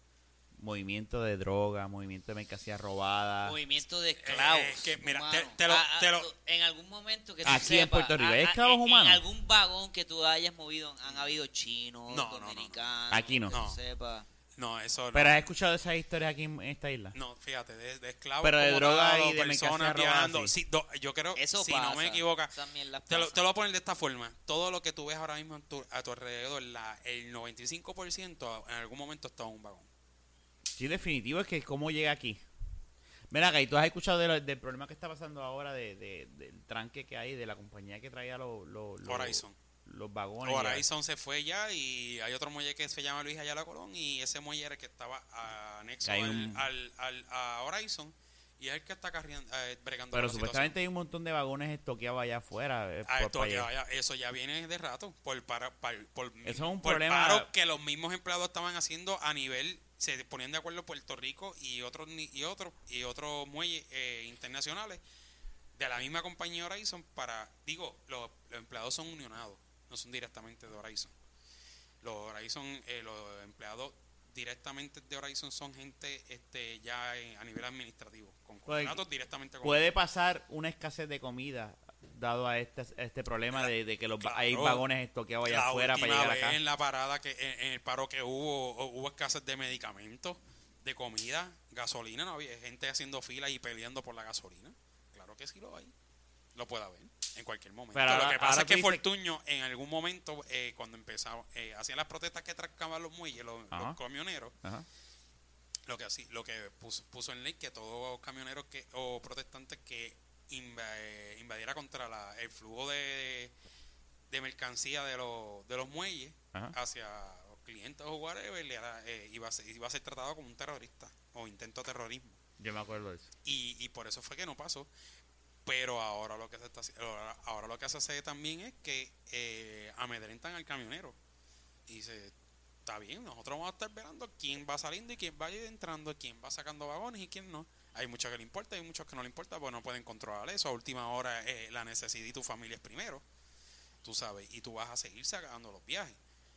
Movimiento de droga, movimiento de mercancía robada. Movimiento de esclavos. Eh, que, mira, humanos. te- te lo- Ah, ah, te lo- tú- en algún momento que tú Aquí en sepas, Puerto Rico, ah, ¿hay ah, esclavos en- humanos? En algún vagón que tú hayas movido, han habido chinos, No, no, no, no. dominicanos. Aquí no. que tú No. sepas. No, eso no. Pero has escuchado esas historias aquí en, en esta isla. No, fíjate, de, de esclavos Pero de como droga tal, y o de mercancía personas robada, viajando. sí. Sí, do- yo creo, Eso si pasa. no me equivoco, Esas mierdas te lo, pasan. te lo voy a poner de esta forma. Todo lo que tú ves ahora mismo a tu, a tu alrededor, la, el noventa y cinco por ciento en algún momento está en un vagón. Sí, definitivo, es que cómo llega aquí. Mira, acá, ¿y tú has escuchado de lo- del problema que está pasando ahora de, de- del tranque que hay de la compañía que traía los, los, los, Horizon. los vagones? Horizon se fue ya y hay otro muelle que se llama Luis Ayala Colón y ese muelle era el que estaba anexo Que hay al, un- al, al- a Horizon y es el que está carriando, eh, bregando Pero con la supuestamente hay un montón de vagones estoqueados allá afuera. eh, situación. Ah, por- esto para que allá. vaya- eso ya viene de rato por para, par- por, Eso es un por problema- paro que los mismos empleados estaban haciendo a nivel, se ponían de acuerdo Puerto Rico y otros ni- y otros y otros muelles eh, internacionales de la misma compañía Horizon para, digo, los, los empleados son unionados, no son directamente de Horizon. Los Horizon, eh, los empleados directamente de Horizon son gente este ya en- a nivel administrativo, con Pues, contratos directamente con Puede pasar una escasez de comida dado a este, a este problema de, de que los, va- hay Claro. vagones estoqueados allá la afuera para última llegar vez acá. en la parada que en, en el paro que hubo hu- hubo escasez de medicamentos, de comida, gasolina, no había gente haciendo filas y peleando por la gasolina. Claro que sí lo hay. Lo puede haber en cualquier momento. Pero lo ahora- que pasa ahora es que tú dices- Fortuño en algún momento eh, cuando empezaba eh, hacían las protestas que trancaban los muelles, los, Ajá. los camioneros, Ajá. lo que así, lo que puso, puso en ley que todos camioneros que o protestantes que inva- eh, invadiera contra la, el flujo de, de mercancía de los de los muelles Ajá. hacia los clientes o whatever, le era, eh, iba, a ser, iba a ser tratado como un terrorista o intento de terrorismo. Yo me acuerdo de eso. Y, y por eso fue que no pasó. Pero ahora lo que se está haci- ahora, ahora lo que se hace también es que eh, amedrentan al camionero. Y dice, está bien, nosotros vamos a estar velando quién va saliendo y quién va entrando, quién va sacando vagones y quién no. Hay muchos que le importa y hay muchos que no le importa, porque no pueden controlar eso. A última hora eh, la necesidad y tu familia es primero, tú sabes, y tú vas a seguir sacando los viajes.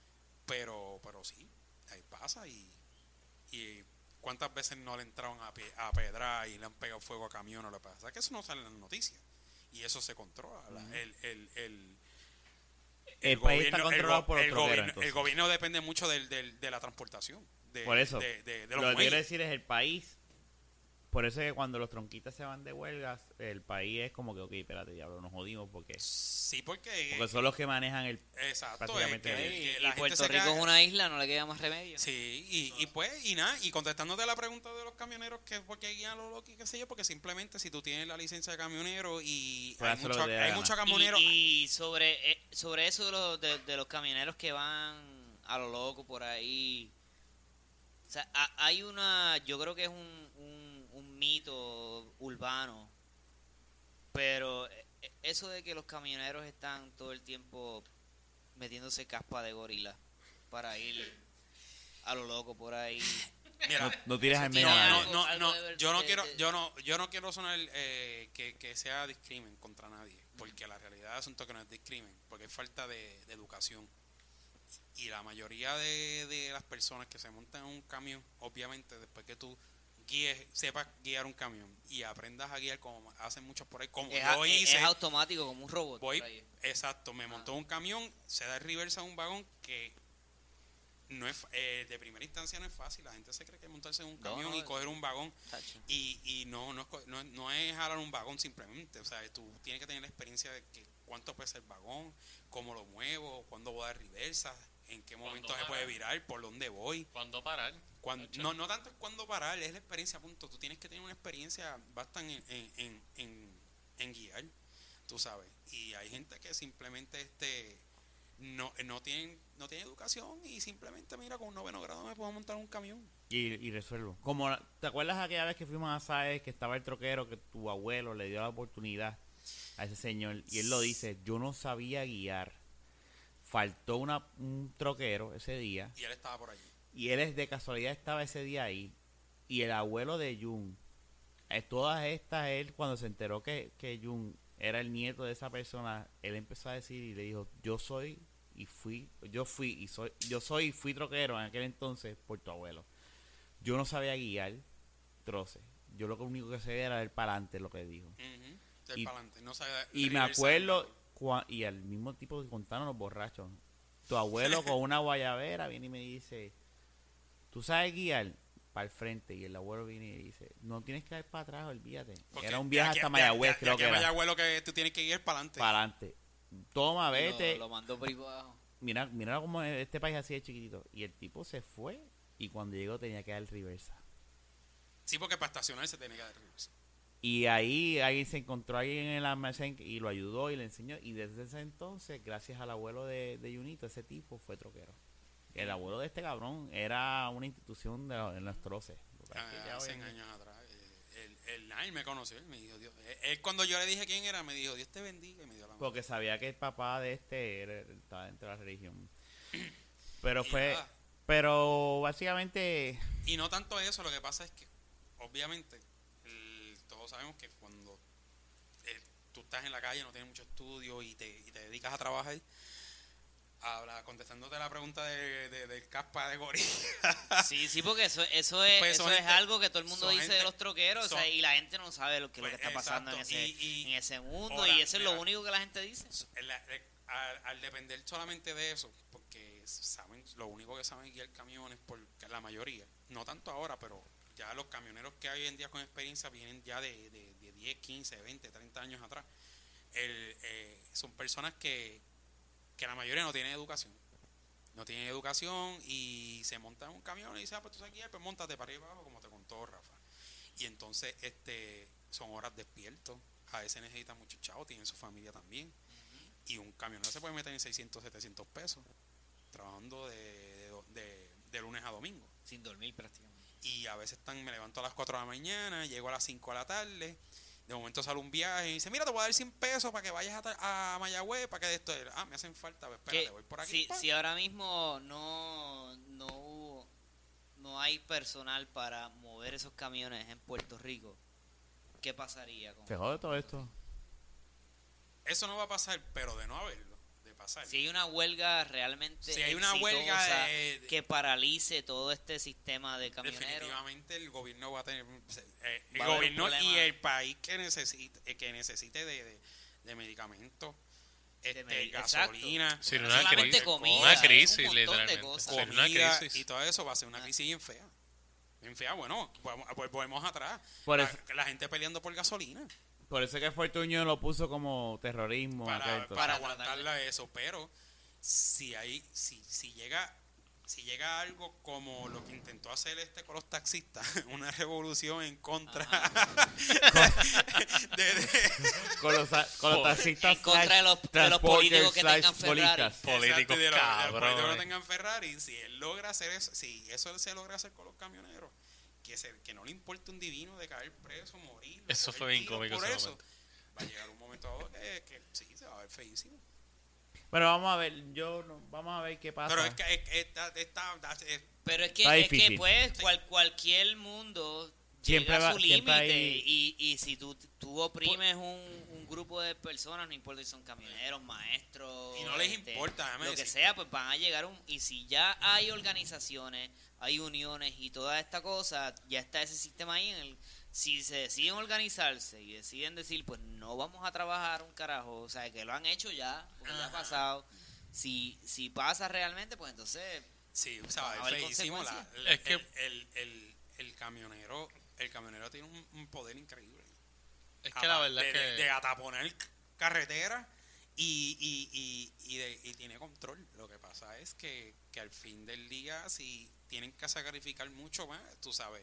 Pero, pero sí, ahí pasa y, y cuántas veces no le entraron a, pe- a pedrar y le han pegado fuego a camiones, lo que pasa es que eso no sale en las noticias y eso se controla. La- el, el, el, El país está controlado go- por los el troqueros, gobierno, entonces. el gobierno depende mucho del, del- de la transportación. De, Por eso, De, de- de lo los que quiero muelles. decir es el país. Por eso es que cuando los tronquitas se van de huelgas, el país es como que, ok, espérate, diablo, nos jodimos porque, Sí, porque... porque son los que manejan el... exacto. prácticamente es que- el- Y, que y la gente Puerto se Rico caga- es una isla, no le queda más remedio. Sí, y, y pues, y nada, y contestándote la pregunta de los camioneros, que por qué guían los locos y qué sé yo, porque simplemente si tú tienes la licencia de camionero y Pues hay hacer lo muchos que te dé la hay gana. muchos camioneros... Y, y sobre, eh, sobre eso de los, de, de los camioneros que van a lo loco por ahí. O sea, ha- hay una, yo creo que es un, un, un mito urbano, pero eh, eh, eso de que los camioneros están todo el tiempo metiéndose caspa de gorila para ir a lo loco por ahí. Mira, No, no tires al tiene no, medio. algo- no, no, algo no, de ver- yo no de- quiero, de- yo no, yo no quiero sonar eh, que, que sea discrimen contra nadie, porque la realidad del asunto es que no es discrimen, porque es falta de, de educación. Y la mayoría de, de las personas que se montan en un camión, obviamente después que tú guíes, sepas guiar un camión y aprendas a guiar como hacen muchos por ahí, como Es, yo a- es- hice, es automático como un robot. voy, por ahí. exacto, me montó un camión, se da el reversa a un vagón que no es eh, de primera instancia no es fácil, la gente se cree que montarse en un No, camión no, y coger un vagón Tacho. y, y no, no, es, co- no, no es jalar un vagón simplemente, o sea, tú tienes que tener la experiencia de que cuánto pesa el vagón, cómo lo muevo, cuándo voy a dar reversa, en qué momento se parar? puede virar, por dónde voy. ¿Cuándo parar? Cuando, Tacho. no, no tanto es cuándo parar, es la experiencia, punto. Tú tienes que tener una experiencia bastante en, en, en, en, en guiar, tú sabes. Y hay gente que simplemente este no, no tienen no tiene educación y simplemente, mira, con un noveno grado me puedo montar un camión. Y, y resuelvo. Como, la- ¿te acuerdas aquella vez que fuimos a Saez, que estaba el troquero, que tu abuelo le dio la oportunidad a ese señor? Y él lo dice, yo no sabía guiar. Faltó una, un troquero ese día. Y él estaba por allí. Y él es de casualidad estaba ese día ahí. Y el abuelo de Jun, eh, todas estas, él cuando se enteró que, que Jun era el nieto de esa persona, él empezó a decir y le dijo, yo soy y fui, yo fui y soy, yo soy y fui troquero en aquel entonces por tu abuelo. Yo no sabía guiar troces. Yo lo único que sabía era el para adelante, lo que dijo. Ujú, del Y- pa'lante, no sabe Y me reversar. acuerdo, cua- y al mismo tipo que contaron los borrachos, tu abuelo con una guayabera viene y me dice, ¿tú sabes guiar? Para el frente. Y el abuelo viene y dice, no tienes que ir para atrás, olvídate. Porque Era un de viaje aquí- hasta de- Mayagüez, de- creo de que aquí a era. Mayagüez lo que tú tienes que ir para adelante. Para adelante. Toma, Lo, vete. lo mandó por ahí para abajo. Mira, mira como este país así de chiquitito. Y el tipo se fue y cuando llegó tenía que dar reversa. Sí, porque para estacionar se tiene que dar reversa. Y ahí alguien se encontró a alguien en el almacén y lo ayudó y le enseñó. Y desde ese entonces, gracias al abuelo de, de Junito, ese tipo fue troquero. El abuelo de este cabrón era una institución de, en los troces. Ah, Aquí ya hace hoy en- años atrás. eh, Él, él, ah, él me conoció, él me dijo, Dios, él, él cuando yo le dije quién era, me dijo, Dios te bendiga, y me dio la mano. Porque sabía que el papá de este era- estaba dentro de la religión. Pero Y fue... nada. Pero básicamente... Y no tanto eso, lo que pasa es que, obviamente, el- todos sabemos que cuando eh, tú estás en la calle, no tienes mucho estudio y te, y te dedicas a trabajar, habla, contestándote la pregunta de, de- del caspa de gorila. Sí, sí, porque eso, eso es, Pues eso son es gente- algo que todo el mundo son dice gente- de los troqueros, o sea, son- y la gente no sabe lo que, Pues, lo que está pasando en exacto, ese, y- y- en ese mundo, ahora, y eso es lo mira, único que la gente dice. El- el- al, al depender solamente de eso, porque saben, lo único que saben es guiar camiones, por la mayoría, no tanto ahora, pero ya los camioneros que hay hoy en día con experiencia vienen ya de, de, de diez, quince, veinte, treinta años atrás. El, eh, son personas que, que la mayoría no tienen educación. No tienen educación y se montan en un camión y dicen, ah, pues tú sabes guiar, pues montate para arriba y abajo, como te contó Rafa. Y entonces este son horas despiertos. A veces necesitan mucho chavo, tienen su familia también. Y un camionero se puede meter en seiscientos, setecientos pesos trabajando de, de, de- de lunes a domingo. Sin dormir prácticamente. Y a veces están, me levanto a las cuatro de la mañana, llego a las cinco de la tarde, de momento sale un viaje y dice, mira, te voy a dar cien pesos para que vayas a, ta- a Mayagüez, para que de esto, ah, me hacen falta, pues espérate, Que voy por aquí. si, pa. si ahora mismo no, no, no hay personal para mover esos camiones en Puerto Rico, ¿qué pasaría con Se jode todo esto. Eso no va a pasar, pero de no haberlo, de pasar. si hay una huelga realmente Si hay una huelga exitosa de- de- que paralice todo este sistema de camioneros? Definitivamente el gobierno va a tener eh, el Va a haber un gobierno y problema. el país que necesite eh, que necesite de, de, de medicamentos este, medi- gasolina, Sí, No una solamente crisis, comida, una es un crisis, montón de literalmente. cosas. Sí, una comida crisis. y todo eso va a ser una Ah. crisis bien fea. Bien fea, bueno, vamos- pues volvemos atrás. Por la, eso- la gente peleando por gasolina Por eso que Fortuño lo puso como terrorismo. acá, para, entonces. para Para aguantarla eso, pero si hay, si, si llega, si llega algo como lo que intentó hacer este con los taxistas, una revolución en contra de, de- Con los, con los taxistas En contra de los- slash de los políticos que transporters tengan slash Ferrari. bolistas. Políticos exacto, y de los- de los cabrones. políticos que no tengan Ferrari, si él logra hacer eso, si eso se logra hacer con los camioneros, que se, que no le importe un divino de caer preso, morir, Eso coger fue bien tiros cómico por ese eso, momento. va a llegar un momento dado que, que sí, se va a ver feísimo. Pero vamos a ver, yo no- vamos a ver qué pasa. Pero es que es- está, está, es- Pero es que, Está es que difícil. pues cual, cualquier mundo Siempre llega a va- su siempre límite hay- y, y si tú, tú oprimes un, un grupo de personas, no importa si son camioneros, maestros, Y no les este, importa, déjame lo que decirte. sea, pues van a llegar un... Y si ya hay organizaciones, hay uniones y toda esta cosa, ya está ese sistema ahí en el... Si se deciden organizarse y deciden decir, pues no vamos a trabajar un carajo, o sea, que lo han hecho ya, porque ya ha pasado. Si, si pasa realmente, pues entonces... sí, o sea, Va a es haber feísimo. La, consecuencias. el, Es que- el, el, el, el camionero, el camionero tiene un, un poder increíble. Es que la Aparte verdad de, es que... de, de ataponar carretera y, y, y, y, de- y tiene control. Lo que pasa es que, que al fin del día, si tienen que sacrificar mucho más, tú sabes,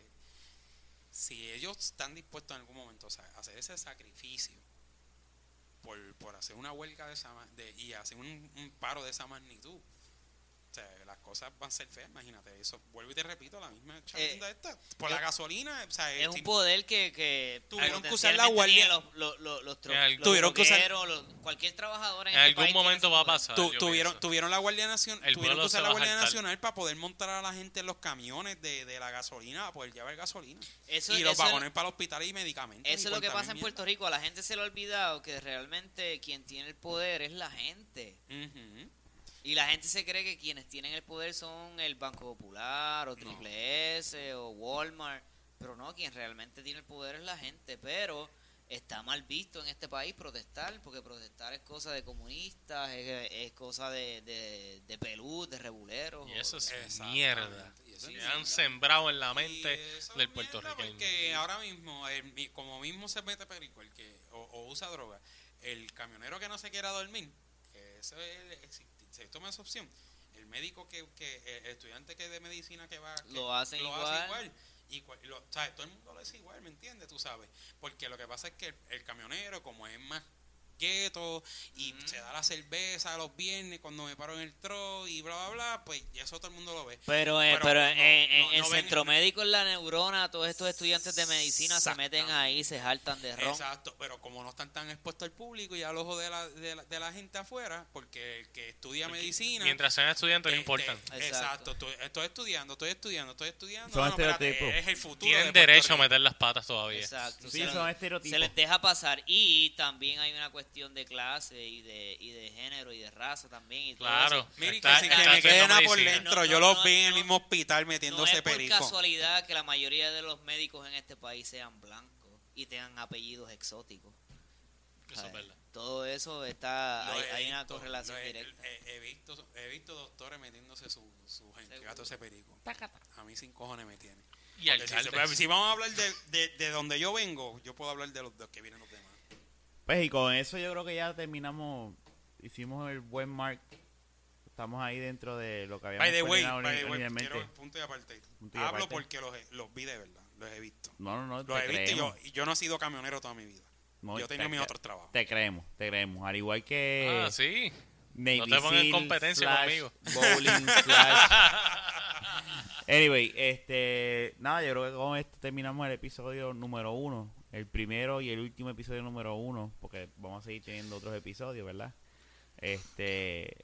si ellos están dispuestos en algún momento, o sea, a hacer ese sacrificio por, por hacer una huelga de esa ma- de, y hacer un, un paro de esa magnitud, o sea, las cosas van a ser feas, imagínate eso. Vuelvo y te repito, la misma chavinda esta. Por la es- gasolina, o sea, Es si- un poder que, que Tuvieron que usar la potencialmente guardia- tienen los, los, los, los, tro- En algún- los Tuvieron que usar- drogueros, los- cualquier trabajador en, En este algún país tiene momento ese va a poder. pasar. Tu- yo tuvieron, pienso. tuvieron la Guardia Nacional, El tuvieron que pueblo usar se la va a Guardia jaltar. Nacional para poder montar a la gente en los camiones de, de la gasolina, para poder llevar gasolina. Eso, y los eso es- vagones para el hospital y medicamentos. eso y es lo que cuanta pasa en mil Puerto Rico. A la gente se le ha olvidado que realmente quien tiene el poder es la gente. mierda. Ujú. Y la gente se cree que quienes tienen el poder son el Banco Popular o Triple S o Walmart. Pero no, quien realmente tiene el poder es la gente. Pero está mal visto en este país protestar, porque protestar es cosa de comunistas, es, es cosa de, de, de pelú, de rebuleros. Y eso es Exactamente. mierda. Y eso es Se mierda. han sembrado en la Y mente eso es del mierda puertorriqueño. Porque ahora mismo, el mi- como mismo se mete perico el que, o, o usa droga, el camionero que no se quiera dormir, que eso es, el- si se toma esa opción, el médico que, que el estudiante que de medicina que va que Lo hacen lo igual. hace igual y cua- lo- o sea, todo el mundo lo hace igual, ¿me entiendes? Tú sabes, porque lo que pasa es que el, el camionero, como es más gueto y Ujú. se da la cerveza los viernes cuando me paro en el tro y bla bla bla, pues eso todo el mundo lo ve. Pero, eh, Pero pero no- en, en no- el no ven- centro médico, en la neurona, todos estos estudiantes de medicina se meten Exactamente. ahí, se jaltan de ron. Exacto, pero como no están tan expuestos al público y al ojo de la, de la, de la gente afuera, porque el que estudia medicina... Mientras sean estudiantes, no este, importan. Exacto. Exacto, estoy, estoy estudiando, estoy estudiando, estoy estudiando. Son no, no, espérate, estereotipos. es el futuro. Tienen de Puerto derecho a Rico. meter las patas todavía. Exacto. Sí, se, son les, estereotipos. se les deja pasar. Y también hay una cuestión de clase y de, y de género y de raza también. Y todo Claro. eso. Mire, Está- que, si- que está me queden haciendo a por medicina. dentro, No, yo no, los no, vi en el no. mismo hospital No metiéndose es por perico. casualidad que la mayoría de los médicos en este país sean blancos y tengan apellidos exóticos. Eso es ¿Sabes? verdad. Todo eso está, Lo hay, he hay una visto, correlación lo he, directa. he- he visto, he visto doctores metiéndose su, su gente, Seguro. gato ese perico. A mí sin cojones me tiene. Y Porque si, alcaldes. se- si vamos a hablar de, de, de donde yo vengo, yo puedo hablar de los, de los que vienen los demás. Pues y con eso yo creo que ya terminamos, hicimos el buen mark. Estamos ahí dentro de lo que habíamos By the way, coordinado by the way, originalmente. quiero punto y aparte. Punto y Hablo aparte. porque los, he- los vi de verdad, los he visto. No, no, no, Los te he visto y yo, creemos. y yo no he sido camionero toda mi vida. No, yo he te tenido mis cre- otros trabajos. Te creemos, te creemos. Al igual que Ah, sí. Navy No te pongas en Seal competencia slash conmigo. Bowling slash. Anyway, este, nada, yo creo que con esto terminamos el episodio número uno, el primero y el último episodio número uno, porque vamos a seguir teniendo otros episodios, ¿verdad? Este,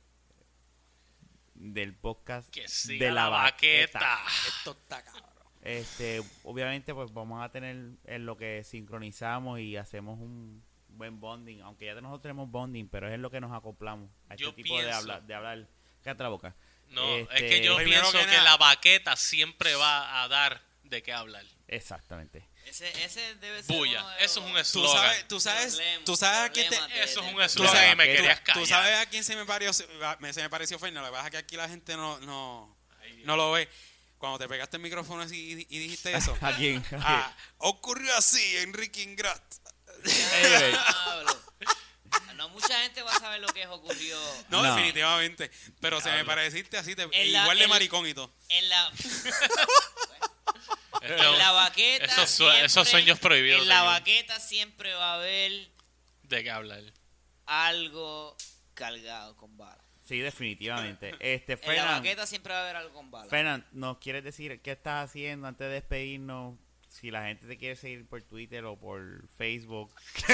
del podcast Que siga de la, la baqueta. baqueta. Esto está cabrón. Este, obviamente, pues vamos a tener en lo que sincronizamos y hacemos un buen bonding, aunque ya nosotros tenemos bonding, pero es en lo que nos acoplamos a este Yo tipo de pienso- hablar, de hablar, cállate la boca. No, Este, es que yo Primero pienso que que, nada- la baqueta siempre va a dar de qué hablar. Exactamente. Ese, ese debe ser Bulla. uno de Eso es los- un Tú eslogan. sabes, tú sabes, Problemas, tú sabes a quién te... problemas de- Eso es un de- eslogan sabes y me que- querías tú, callar. tú sabes a quién se me pareció, me- se me pareció Fernan, lo que pasa es que aquí la gente no, no, no lo ve. Cuando te pegaste el micrófono así y, y dijiste eso, ¿A quién? ah, ocurrió así, Enrique Ingrat. Anyway, Diablo. No mucha gente va a saber lo que ocurrió No, No. definitivamente, pero se me pareciste así, te- En la- igual de en- maricón y todo. en la Esto- en la baqueta. esos, sue- siempre- esos sueños prohibidos. En de la Jun. baqueta siempre va a haber ¿De qué hablar? algo cargado con bala. sí, definitivamente. Este, En la Fernan, baqueta siempre va a haber algo con bala. Fernan, ¿nos quieres decir qué estás haciendo antes de despedirnos? Si la gente te quiere seguir por Twitter o por Facebook.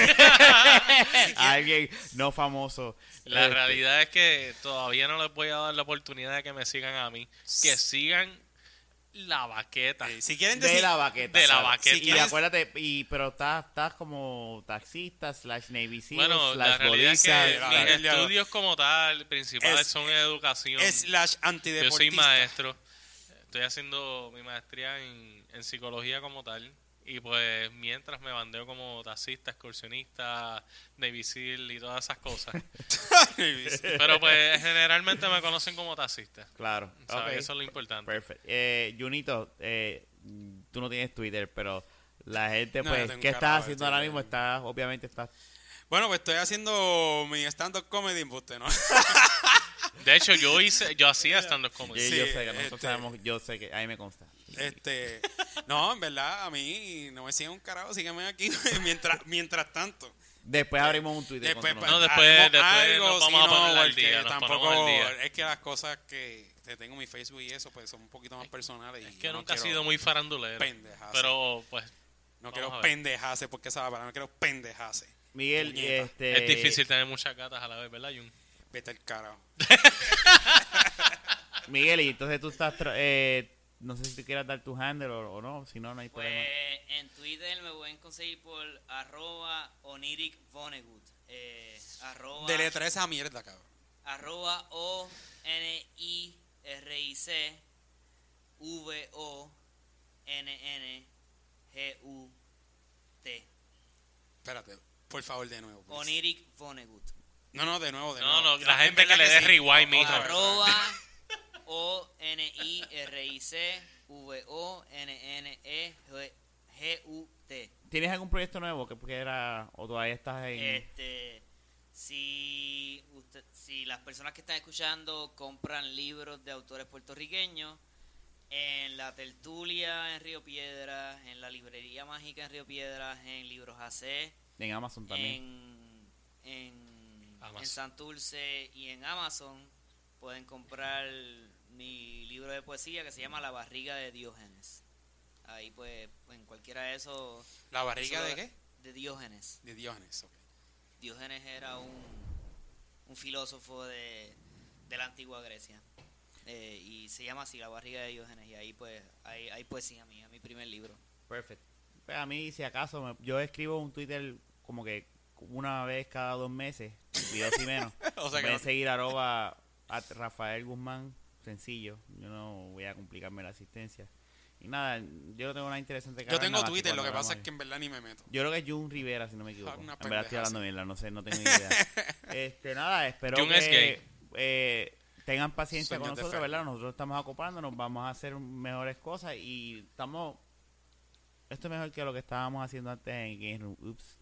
Alguien no famoso. La Este, realidad es que todavía no les voy a dar la oportunidad de que me sigan a mí. Que sigan la baqueta. Eh, si quieren de decir... la baqueta. De la ¿sabes? baqueta. Y quieres- acuérdate, y, pero estás, estás como taxista, slash Navy SEAL, Bueno, la slash realidad es golista, que slash- mis slash- estudios como tal, principales Es- son en educación. slash Yo antideportista. soy maestro. Estoy haciendo mi maestría en, en psicología como tal. Y pues mientras me bandeo como taxista, excursionista, Navy SEAL y todas esas cosas. Pero pues generalmente me conocen como taxista. Claro. ¿Sabes? ok. Eso es lo importante. Perfecto. Eh, Junito, eh, tú no tienes Twitter, pero la gente, No, pues, yo tengo ¿qué un estás carajo de haciendo ahora Twitter. mismo? Estás, obviamente, estás... Bueno, pues estoy haciendo mi stand-up comedy, embuste, ¿no? De hecho, yo hice, yo hacía stand-up comedy. Yo, Sí, yo sé que nosotros este- sabemos, yo sé que a mí me consta. Este, no, en verdad, a mí no me siguen un carajo, síganme aquí mientras, mientras tanto. Después abrimos un Twitter. Después, con tu pues, No, nombre. después- haremos después algo, nos vamos sí, a no, poner al porque día, nos tampoco, ponemos al día. es que las cosas que, que tengo en mi Facebook y eso, pues son un poquito más personales. Es y que yo no nunca he quiero sido muy farandulero. pendejadas. Pero pues No vamos quiero a ver. pendejase, porque esa palabra, no quiero pendejase. Miguel, Puñeta. este... es difícil tener muchas gatas a la vez, ¿verdad, Jun? Vete al carajo. Miguel, y entonces tú estás... tra- Eh, no sé si tú quieras dar tu handle o, o no, si no, no hay Pues problema. en Twitter me pueden conseguir por arroba oniric vonnegut. Eh, arroba, Deletra esa mierda, cabrón. arroba O N I R I C V O N N G U T. Espérate, por favor, de nuevo. please. Oniric Vonnegut. No, no, de nuevo, de No, nuevo. no, la en gente que verdad le dé sí. rewind, mijo. Otra vez. Arroba O N I R I C V O N N E G U T. ¿Tienes algún proyecto nuevo que que era o todavía estás en... Este, si, usted, si las personas que están escuchando compran libros de autores puertorriqueños, en la Tertulia en Río Piedras, en la Librería Mágica en Río Piedras, en Libros A C, en Amazon también? en, en, Amazon. en Santurce y en Amazon, pueden comprar mi libro de poesía que se llama La barriga de Diógenes. Ahí pues, en cualquiera de esos... ¿La barriga eso de lo- qué? De Diógenes. De Diógenes, ok. Diógenes era un, un filósofo de, de la antigua Grecia. Eh, y se llama así, La barriga de Diógenes. Y ahí pues hay, hay poesía mía, mi primer libro. Perfecto. Pues a mí, si acaso, me- yo escribo un Twitter como que una vez cada dos meses, videos y menos. O sea que Pueden no- seguir arroba a Rafael Guzmán, sencillo. Yo no voy a complicarme la asistencia. Y nada, yo no tengo nada interesante que Yo hablar, tengo nada más que Twitter, lo cuando que pasa es hagamos- que en verdad ni me meto. Yo creo que es Jun Rivera, si no me equivoco. Ah, una En verdad estoy pendeja, hablando sí. mierda, no sé, no tengo ni idea. este, nada, espero Jun que es gay. eh, tengan paciencia Sueños con de nosotros, fe. ¿verdad? Nosotros estamos ocupándonos, vamos a hacer mejores cosas y estamos... Esto es mejor que lo que estábamos haciendo antes en Game Room. Ups.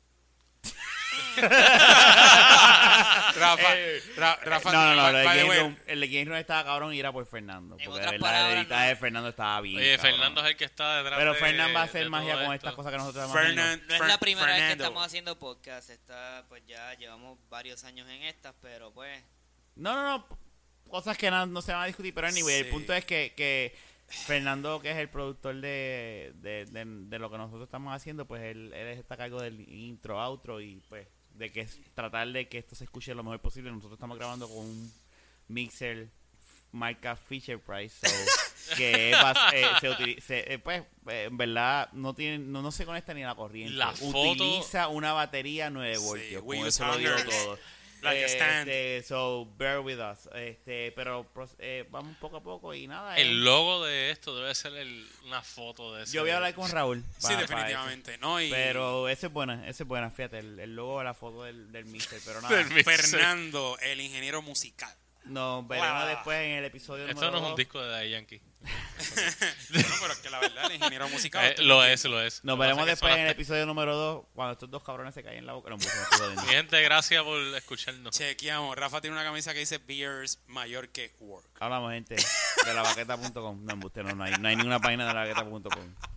Rafa, Eh, Ra- Rafa, no, no, no, by- el de by the Game way, Room, el de Game Room estaba cabrón y era por Fernando. En Porque otras de verdad, el palabras, editaje no. de Fernando estaba bien. Oye, cabrón. Fernando es el que está detrás Pero de- Fernando va a hacer de magia todo con esto. estas cosas que nosotros estamos haciendo. Fernan- No es Fer- la primera vez que Fernando. estamos haciendo podcast. Está, pues ya llevamos varios años en estas, pero pues... No, no, no. Cosas que no, no se van a discutir. Pero anyway, el Sí. punto es que, que Fernando, que es el productor de, de, de, de lo que nosotros estamos haciendo, pues él, él está a cargo del intro, outro y pues de que es tratar de que esto se escuche lo mejor posible. Nosotros estamos grabando con un mixer marca Fisher Price, so, que es bas- eh, se utiliza, eh, pues eh, en verdad no tiene, no, no se conecta ni a la corriente. La foto- Utiliza una batería nueve Sí, voltios. we con use eso lo digo hangers. todo. Like a Eh, stand. este, so, bear with us. Este, pero pros- eh, vamos poco a poco y nada. eh. El logo de esto debe ser el- una foto de ese. Yo voy a hablar con Raúl. Sí, pa- pa definitivamente. No, y eso. Pero ese es buena, ese es buena, fíjate, el, el logo de la foto del, del mister, pero nada. Del mixer. Fernando, el ingeniero musical. Nos veremos Wow. después en el episodio Esto número no es un dos. disco de Daddy Yankee. No, pero es que la verdad, el ingeniero musical. Eh, estoy lo mintiendo. es, lo es. Nos Lo que veremos pasa es que después en el sonaste- episodio número dos, cuando estos dos cabrones se caen la boca. No, pues, me estoy jodiendo. Mi gente, gracias por escucharnos. Chequeamos. Rafa tiene una camisa que dice Beers mayor que Work. Hablamos, gente, de la baqueta punto com. No, embuste, no, no hay, no hay ninguna página de la baqueta punto com.